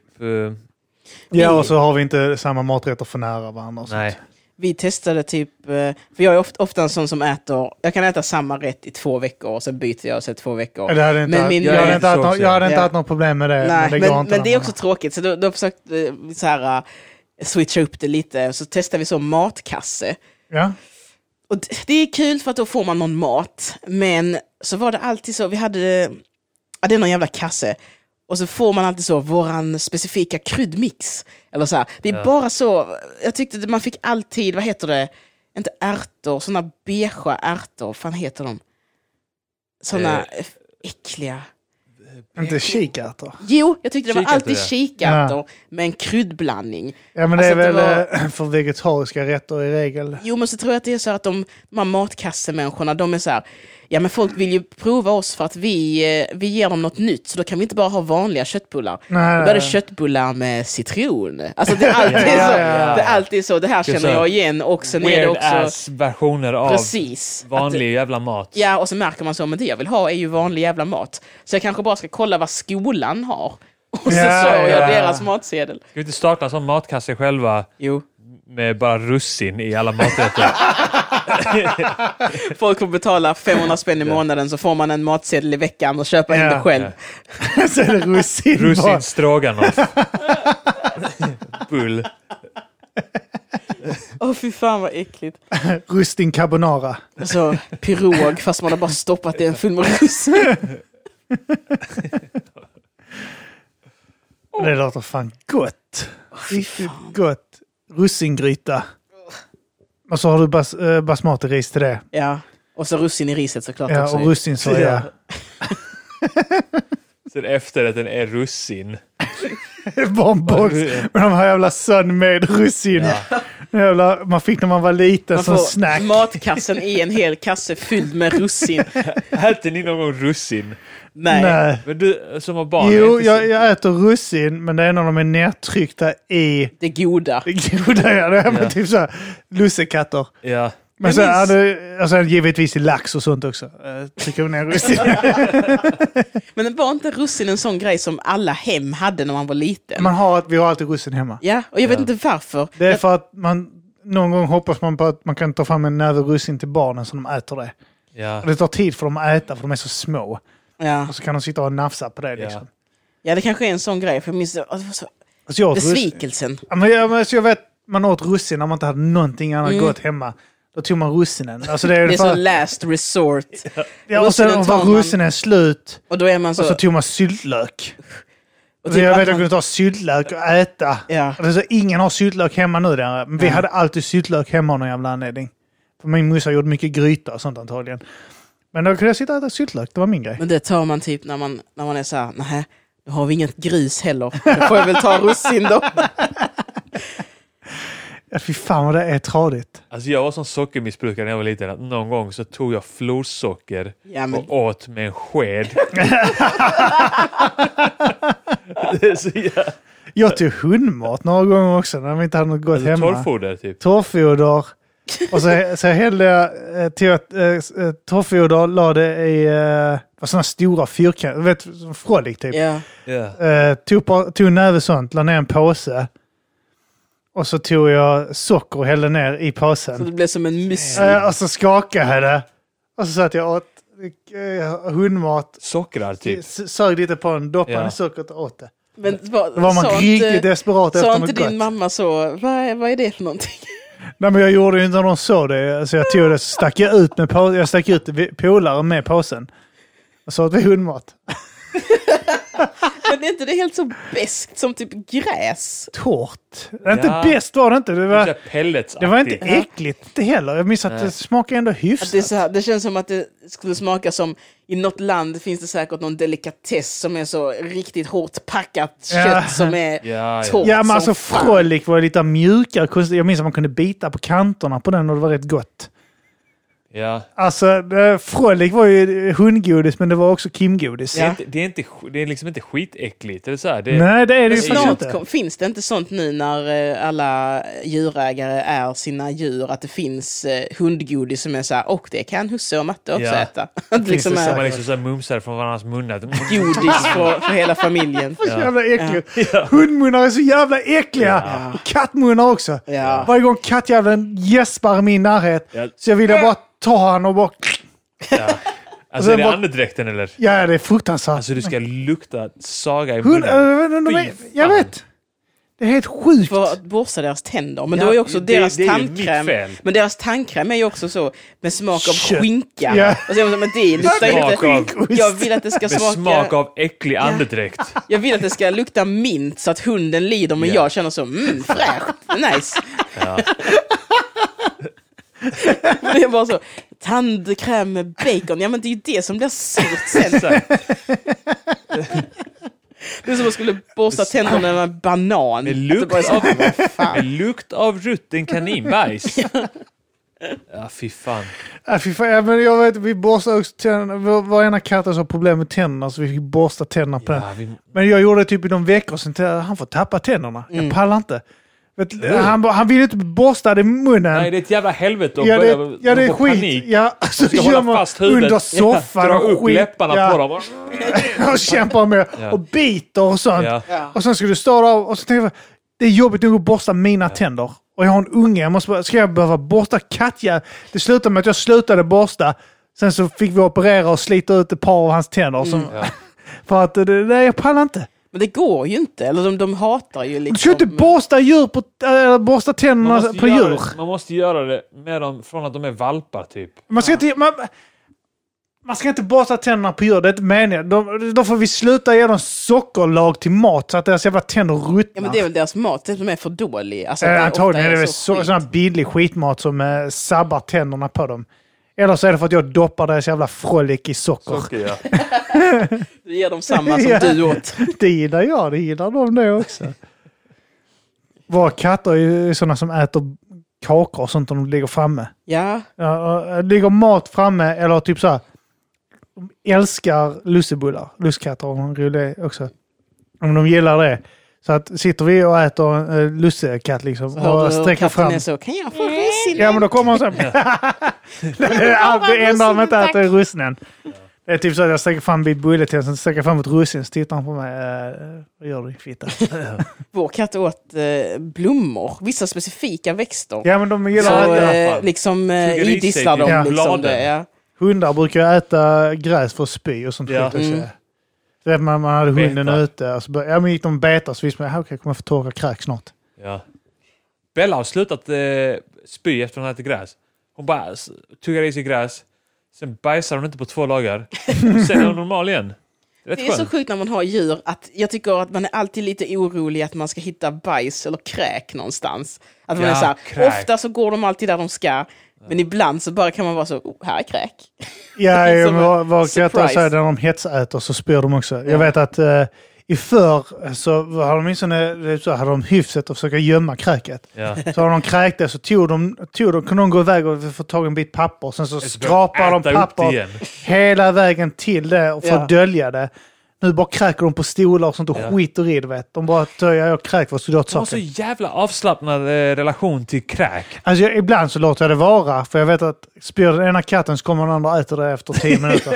Ja, och så har vi inte samma maträtter för nära varandra. Nej. Vi testade typ, för jag är ofta en sån som jag kan äta samma rätt i 2 veckor och sen byter jag så 2 veckor. Jag hade inte haft något problem med det. Nej, men det är också tråkigt. Så då har jag försökt så här, switcha upp det lite. Så testar vi så matkasse. Ja. Och det är kul för att då får man någon mat. Men så var det alltid så, vi hade... Ja, det är någon jävla kasse. Och så får man alltid så våran specifika kryddmix. Eller så här. Det är bara så... Jag tyckte att man fick alltid... Vad heter det? Inte ärtor. Såna beigea ärtor. Vad fan heter de? Såna äckliga... Inte kikärtor. Jo, jag tyckte det var alltid kikärtor med en kryddblandning. Ja, men det är väl för vegetariska rätter i regel. Jo, men så tror jag att det är så att de här matkassemänniskorna, de är så här... Ja, men folk vill ju prova oss för att vi ger dem något nytt. Så då kan vi inte bara ha vanliga köttbullar. Då blir det köttbullar med citron. Alltså det är alltid så. Det är alltid så. Det här känner jag igen. Och sen är det också versioner av vanlig jävla mat. Ja, och så märker man så. Men det jag vill ha är ju vanlig jävla mat. Så jag kanske bara ska kolla vad skolan har. Och så jag deras matsedel. Ska vi inte starta en sån matkasse själva? Jo. Med bara russin i alla maträtter. Folk får betala 500 spänn i månaden så får man en matsedel i veckan och köpa in det själv. Så är det russin. Russin stroganoff. Bull. Fy fan vad äckligt. Rustin carbonara. Alltså pirog fast man har bara stoppat det en full med russin. Det låter fan gott. Riktigt gott. Russingryta. Och så har du basmati-ris till det. Ja, och så russin i riset såklart också. Ja, och russinsoja. Sen efterrätten är russin. Bara en box med de här jävla sön med russin. Ja. Man fick när man var liten man som snack. Matkassen i en hel kasse fylld med russin. Äter ni någon gång russin? Nej. Men du som har barn... Jo, jag äter russin, men det är när de är nedtryckta i... Det goda. Det goda, ja. Det är med typ så här lussekatter. Ja. Men så alltså, givetvis i lax och sånt också. Trycker ner russin. Men var inte russin en sån grej som alla hem hade när man var liten? Vi har alltid russin hemma. Ja, och jag vet inte varför. Det är för att någon gång hoppas man på att man kan ta fram en näve russin till barnen så de äter det. Ja. Och det tar tid för dem att äta för de är så små. Ja. Och så kan de sitta och nafsa på det liksom. Ja, det kanske är en sån grej. För jag minns Alltså besvikelsen. Jag vet, man åt russin när man inte hade någonting annat gott hemma. Då tog man russinen. Alltså det är så last resort. Ja, och sen var russinen slut. Och då är man så... Och så tog man syltlök. Och typ jag vet att jag kunde ta syltlök och äta. Ja. Alltså, ingen har syltlök hemma nu där. Men vi hade alltid syltlök hemma av någon jävla anledning. För min morsa gjorde mycket gryta och sånt antagligen. Men då kunde jag sitta och äta syltlök. Det var min grej. Men det tar man typ när man är så här, nej, då har vi inget gris heller. Då får jag väl ta russin då. Ja, fy fan vad det är tradigt. Alltså jag var som sockermissbrukare när jag var liten. Att någon gång så tog jag florsocker och åt med en sked. Det är så jävla... Jag tog hundmat några gånger också när vi inte hade något gott alltså, hemma. Torrfoder typ. Torrfoder. Och så hällde jag till torrfoder, la det i sådana stora fyrkanter, vet som Frolic typ. Tog en näve sånt, la ner en påse. Och så tog jag socker och hällde ner i påsen. Så det blev som en müsli. Och så skakade det. Och så satt jag åt hundmat. Sockrar typ. Sög lite på en doppade sockret och åt det. Men då var man riktigt desperat efter något gott. Sa inte din mamma så, vad är det för någonting? Nej, men jag gjorde ju inte när de såg det. Så jag tog det, stack jag ut polare med påsen. Och så åt vi hundmat. Men är inte det helt så beskt som typ gräs? Torrt. Det är inte bäst var det inte. Det var inte äckligt inte heller. Jag minns att det smakade ändå hyfsat. Det känns som att det skulle smaka som i något land finns det säkert någon delikatess som är så riktigt hårt packat kött som är torrt. Ja, men alltså Frolic var lite mjukare. Jag minns att man kunde bita på kanterna på den och det var rätt gott. Ja. Alltså, Frolic var ju hundgodis, men det var också Kimgodis. Ja. Det är liksom inte skitäckligt. Eller så här. Nej, det är det ju inte. Finns det inte sånt nu när alla djurägare är sina djur, att det finns hundgodis som är så här, och det kan husse och matte också äta. Liksom är man liksom så mumsar från varandras munnar. Godis för hela familjen. Så jävla äckligt. Ja. Hundmunnar är så jävla äckliga. Ja. Och kattmunnar också. Ja. Varje gång kattjävlen gäspar i min närhet så jag vill bara ta han och bara... Ja. Alltså är det andedräkten eller? Ja, det är fruktansvärt. Alltså du ska lukta saga i munnen. Jag vet. Det är helt sjukt. För att borsta deras tänder. Men då är ju också deras tandkräm. Men deras tandkräm är ju också så med smak av skinka. Ja. Och så, men det luktar inte... Jag vill att det ska smaka... Med smak av äcklig andedräkt. Jag vill att det ska lukta mint så att hunden lider. Men jag känner så, fräscht. Nice. Ja. Det är bara så, tandkräm med bacon. Ja, men det är ju det som blir surt sen. Det är som att man skulle borsta tänderna med banan. Med lukt av rutten kaninbajs. Ja, fy fan. Ja, men jag vet, vi borstar också tänderna. Var ena katten har problem med tänderna så vi fick borsta tänderna på den. Men jag gjorde det typ i någon veckor sen. Han får tappa tänderna. Jag pallar inte. Han vill inte borsta det i munnen. Nej, det är ett jävla helvete. Det är skit. Panik. Ja, så gör man fast huvudet under soffan och upp läpparna på dem. Och kämpar med och biter och sånt. Ja. Och sen ska du stå där och så tänker jag, det är jobbigt nog att borsta mina tänder. Och jag har en unge, ska jag behöva borsta kattjävel? Det slutade med att jag slutade borsta. Sen så fick vi operera och slita ut ett par av hans tänder. För att jag pallar inte. Men det går ju inte. Eller de hatar ju liksom... Du ska inte borsta tänderna på djur. Man måste göra det med dem från att de är valpar typ. Man ska inte borsta tänderna på djur. Det är inte meningen. Då får vi sluta ge dem sockerlag till mat så att deras jävla tänder ruttnar. Ja, men det är väl deras mat som är för dålig. Alltså, antagligen är det väl sån här billig skitmat som sabbar tänderna på dem. Eller så är det för att jag doppar deras jävla Frolic i socker. Du ger dem samma som du åt. Det gillar jag. Det gillar de det också. Våra katter är ju sådana som äter kakor och sånt om de ligger framme. Ja. Ligger mat framme eller typ så här. De älskar lussebullar. Lusskatter och rulle också. Om de gillar det. Så att sitter vi och äter en lussekatt liksom. Så och sträcker fram. Så, kan jag få russin? Ja, men då kommer han så. Det enda de inte äter är russinen. Det är typ så att jag sträcker fram vid bullet sen sträcker fram ett russin så tittar han på mig. Vad gör du, fitta? Vår katt åt blommor. Vissa specifika växter. Ja, men de gillar liksom idisslar dem. Liksom det, Hundar brukar äta gräs för att spy och sånt skit också. Så man hade hunden ute och så gick de beta så visste man okej, kommer jag få torka kräk snart. Ja. Bella har slutat spy efter hon äter gräs. Hon bara tuggar i sig gräs. Sen bajsar hon inte på 2 dagar. Sen är hon normal igen. Det är så sjukt när man har djur att jag tycker att man är alltid lite orolig att man ska hitta bajs eller kräk någonstans. Att man är så här, ofta så går de alltid där de ska. Men ibland så bara kan man vara så, här är kräk. Ja, vad katter säger när de hetsäter så spyr de också. Jag vet att i förr så hade de hyfset att försöka gömma kräket. Ja. Så har de kräkt det så kunde de gå iväg och få tag en bit papper. Sen så skrapar de papper hela vägen till det och får dölja det. Nu bara kräker de på stolar och sånt och skiter i det, vet. De bara töjer jag kräk för så de har så jävla avslappnad relation till kräk. Alltså ibland så låter jag det vara, för jag vet att spyr den ena katten så kommer den andra äter det efter 10 minuter.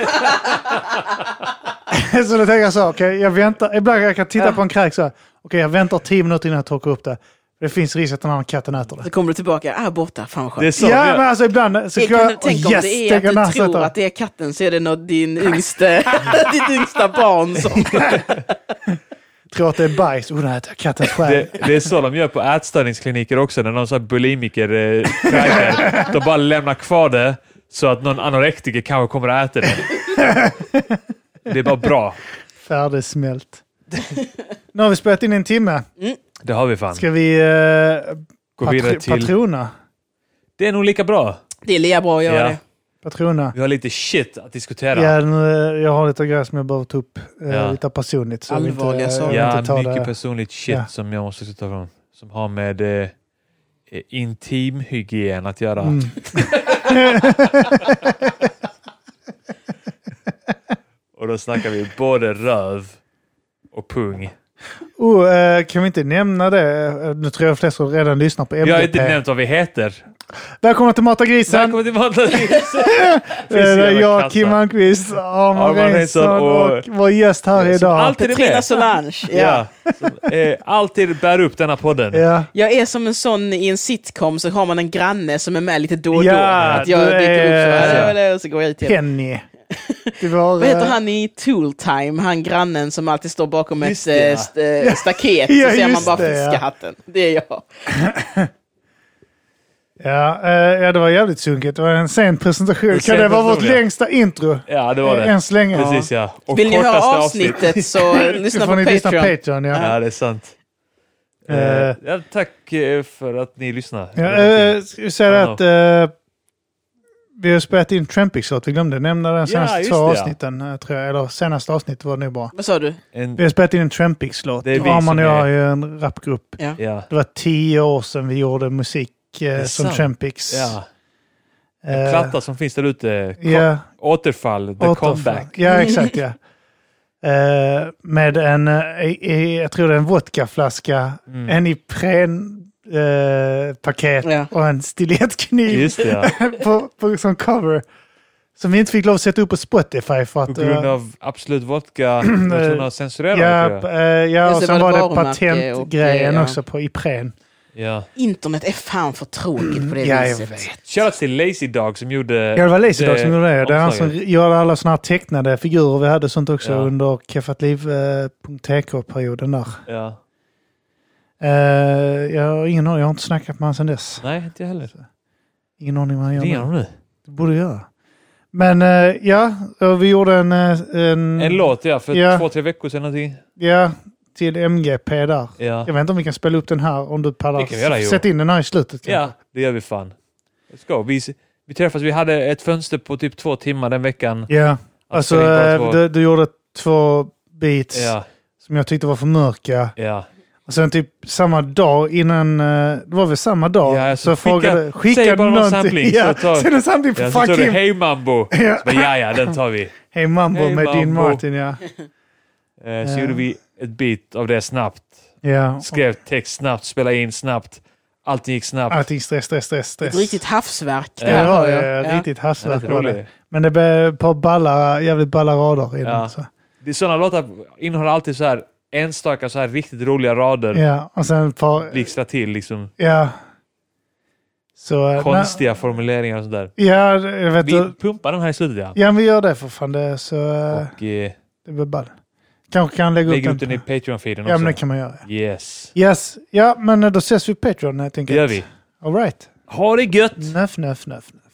Så då tänker jag så, jag väntar, ibland jag kan titta på en kräk så jag väntar 10 minuter innan jag torkar upp det. Det finns risk att den andra katten äter det. Så kommer du tillbaka, borta, fan vad skönt. Det är så, men alltså ibland så tänk om det är att du tror att det är katten så är det nog din ditt yngsta barn som... tror att det är bajs, det är kattens själ. Det är så de gör på ätstörningskliniker också, när någon sån här bulimiker kräker. De bara lämnar kvar det så att någon anorektiker kanske kommer att äta det. Det är bara bra. Färdigsmält. Nu har vi spelat in 1 timme. Det har vi fan. Ska vi gå vidare till Patrona? Det är nog lika bra. Det är lika bra att göra det. Patrona. Vi har lite shit att diskutera. Ja, jag har lite grejer som jag behöver ta upp lite personligt. Så allvarliga saker. Ja, mycket personligt shit som jag måste ta fram. Som har med intimhygien att göra. Och då snackar vi både röv och pung. Kan vi inte nämna det? Nu tror jag att flesta redan lyssnar på MGP. Jag har inte nämnt vad vi heter. Välkommen till Matagrisen. Välkommen till Matagrisen. Jag, Kim Malmqvist, Arman Reinsson och vår gäst här idag. Petrina Solange. Ja. Alltid bär upp denna podden. Ja. Jag är som en sån i en sitcom så har man en granne som är med lite då och då. Att jag dyker upp så, så går jag ut igen. Penny. Vad heter han i Tool Time? Han grannen som alltid står bakom ett staket så ser man bara fiskahatten. Det är jag. Ja, det var jävligt sunkigt. Det var en sen presentation. Kan det vara vårt längsta intro? Ja, det var det. Än så länge. Precis, ja. Och vill ni höra avsnittet så lyssna på Patreon. Ja, det är sant. Tack för att ni lyssnar. Jag säger att vi har spelat in Trampix-låt. Vi glömde nämna den senaste 2 avsnitten, tror jag. Eller senaste avsnittet var det nog bra. Vad sa du? Vi har spelat in en Trampix-låt. Arman och jag är en rapgrupp. Ja. Det var 10 år sedan vi gjorde musik som Trampix. Ja. En platta som finns där ute. Återfall, comeback. Ja, exakt, ja. Med en, jag tror det är en vodkaflaska, en Ipren paket och en stilettkniv. Just det, på som cover. Som vi inte fick lov att sätta upp på Spotify för att... På grund av Absolut Vodka var censurerad. Och sen var det patentgrejen också på Ipren. Ja. Internet är fan för tråkigt på det viset. Jag vet. Shoutout till Lazy Dog som gjorde... Ja, det var Lazy Dog som gjorde det. Det är han som gjorde alla såna här tecknade figurer. Vi hade sånt också under keffatliv.tk-perioden där. Ja. Jag har ingen aning. Jag har inte snackat med han sedan dess. Nej, inte jag heller. Ingen aning vad han gör. Ingen nu. Det borde göra. Men vi gjorde en låt för 2-3 veckor sedan någonting. Ja, till MGP där. Ja. Jag vet inte om vi kan spela upp den här om du pallar. Sätt in den här i slutet. Kanske. Ja, det gör vi fan. Let's go. Vi träffas. Vi hade ett fönster på typ 2 timmar den veckan. Ja, alltså du gjorde 2 beats som jag tyckte var för mörka. Ja. Och sen typ samma dag innan, det var väl samma dag, alltså, så skicka någon sampling. Sen en sampling på fucking... Så Hey Mambo. Ja, den tar vi. Hey Mambo med Dean Martin, Så gjorde vi ett beat av det snabbt. Skrev text snabbt, spelade in snabbt. Allting gick snabbt. Allting stress. Ett riktigt havsverk. Riktigt havsverk var det. Men det blev ett par jävligt balla rader i den. Så. Det är sådana låtar innehåller alltid så här enstaka så här riktigt roliga rader. Ja, och sen ett par... Blixtra till liksom. Ja. Så, konstiga formuleringar och sådär. Ja, jag vet. Vi pumpar den här i slutet, Ja, vi gör det för fan. Det, så, och, det blir ball. Kanske kan lägga upp den i Patreon-feeden också. Ja, men det kan man göra. Yes. Ja, men då ses vi på Patreon, jag tänker. Det gör vi. All right. Ha det gött! Nöff.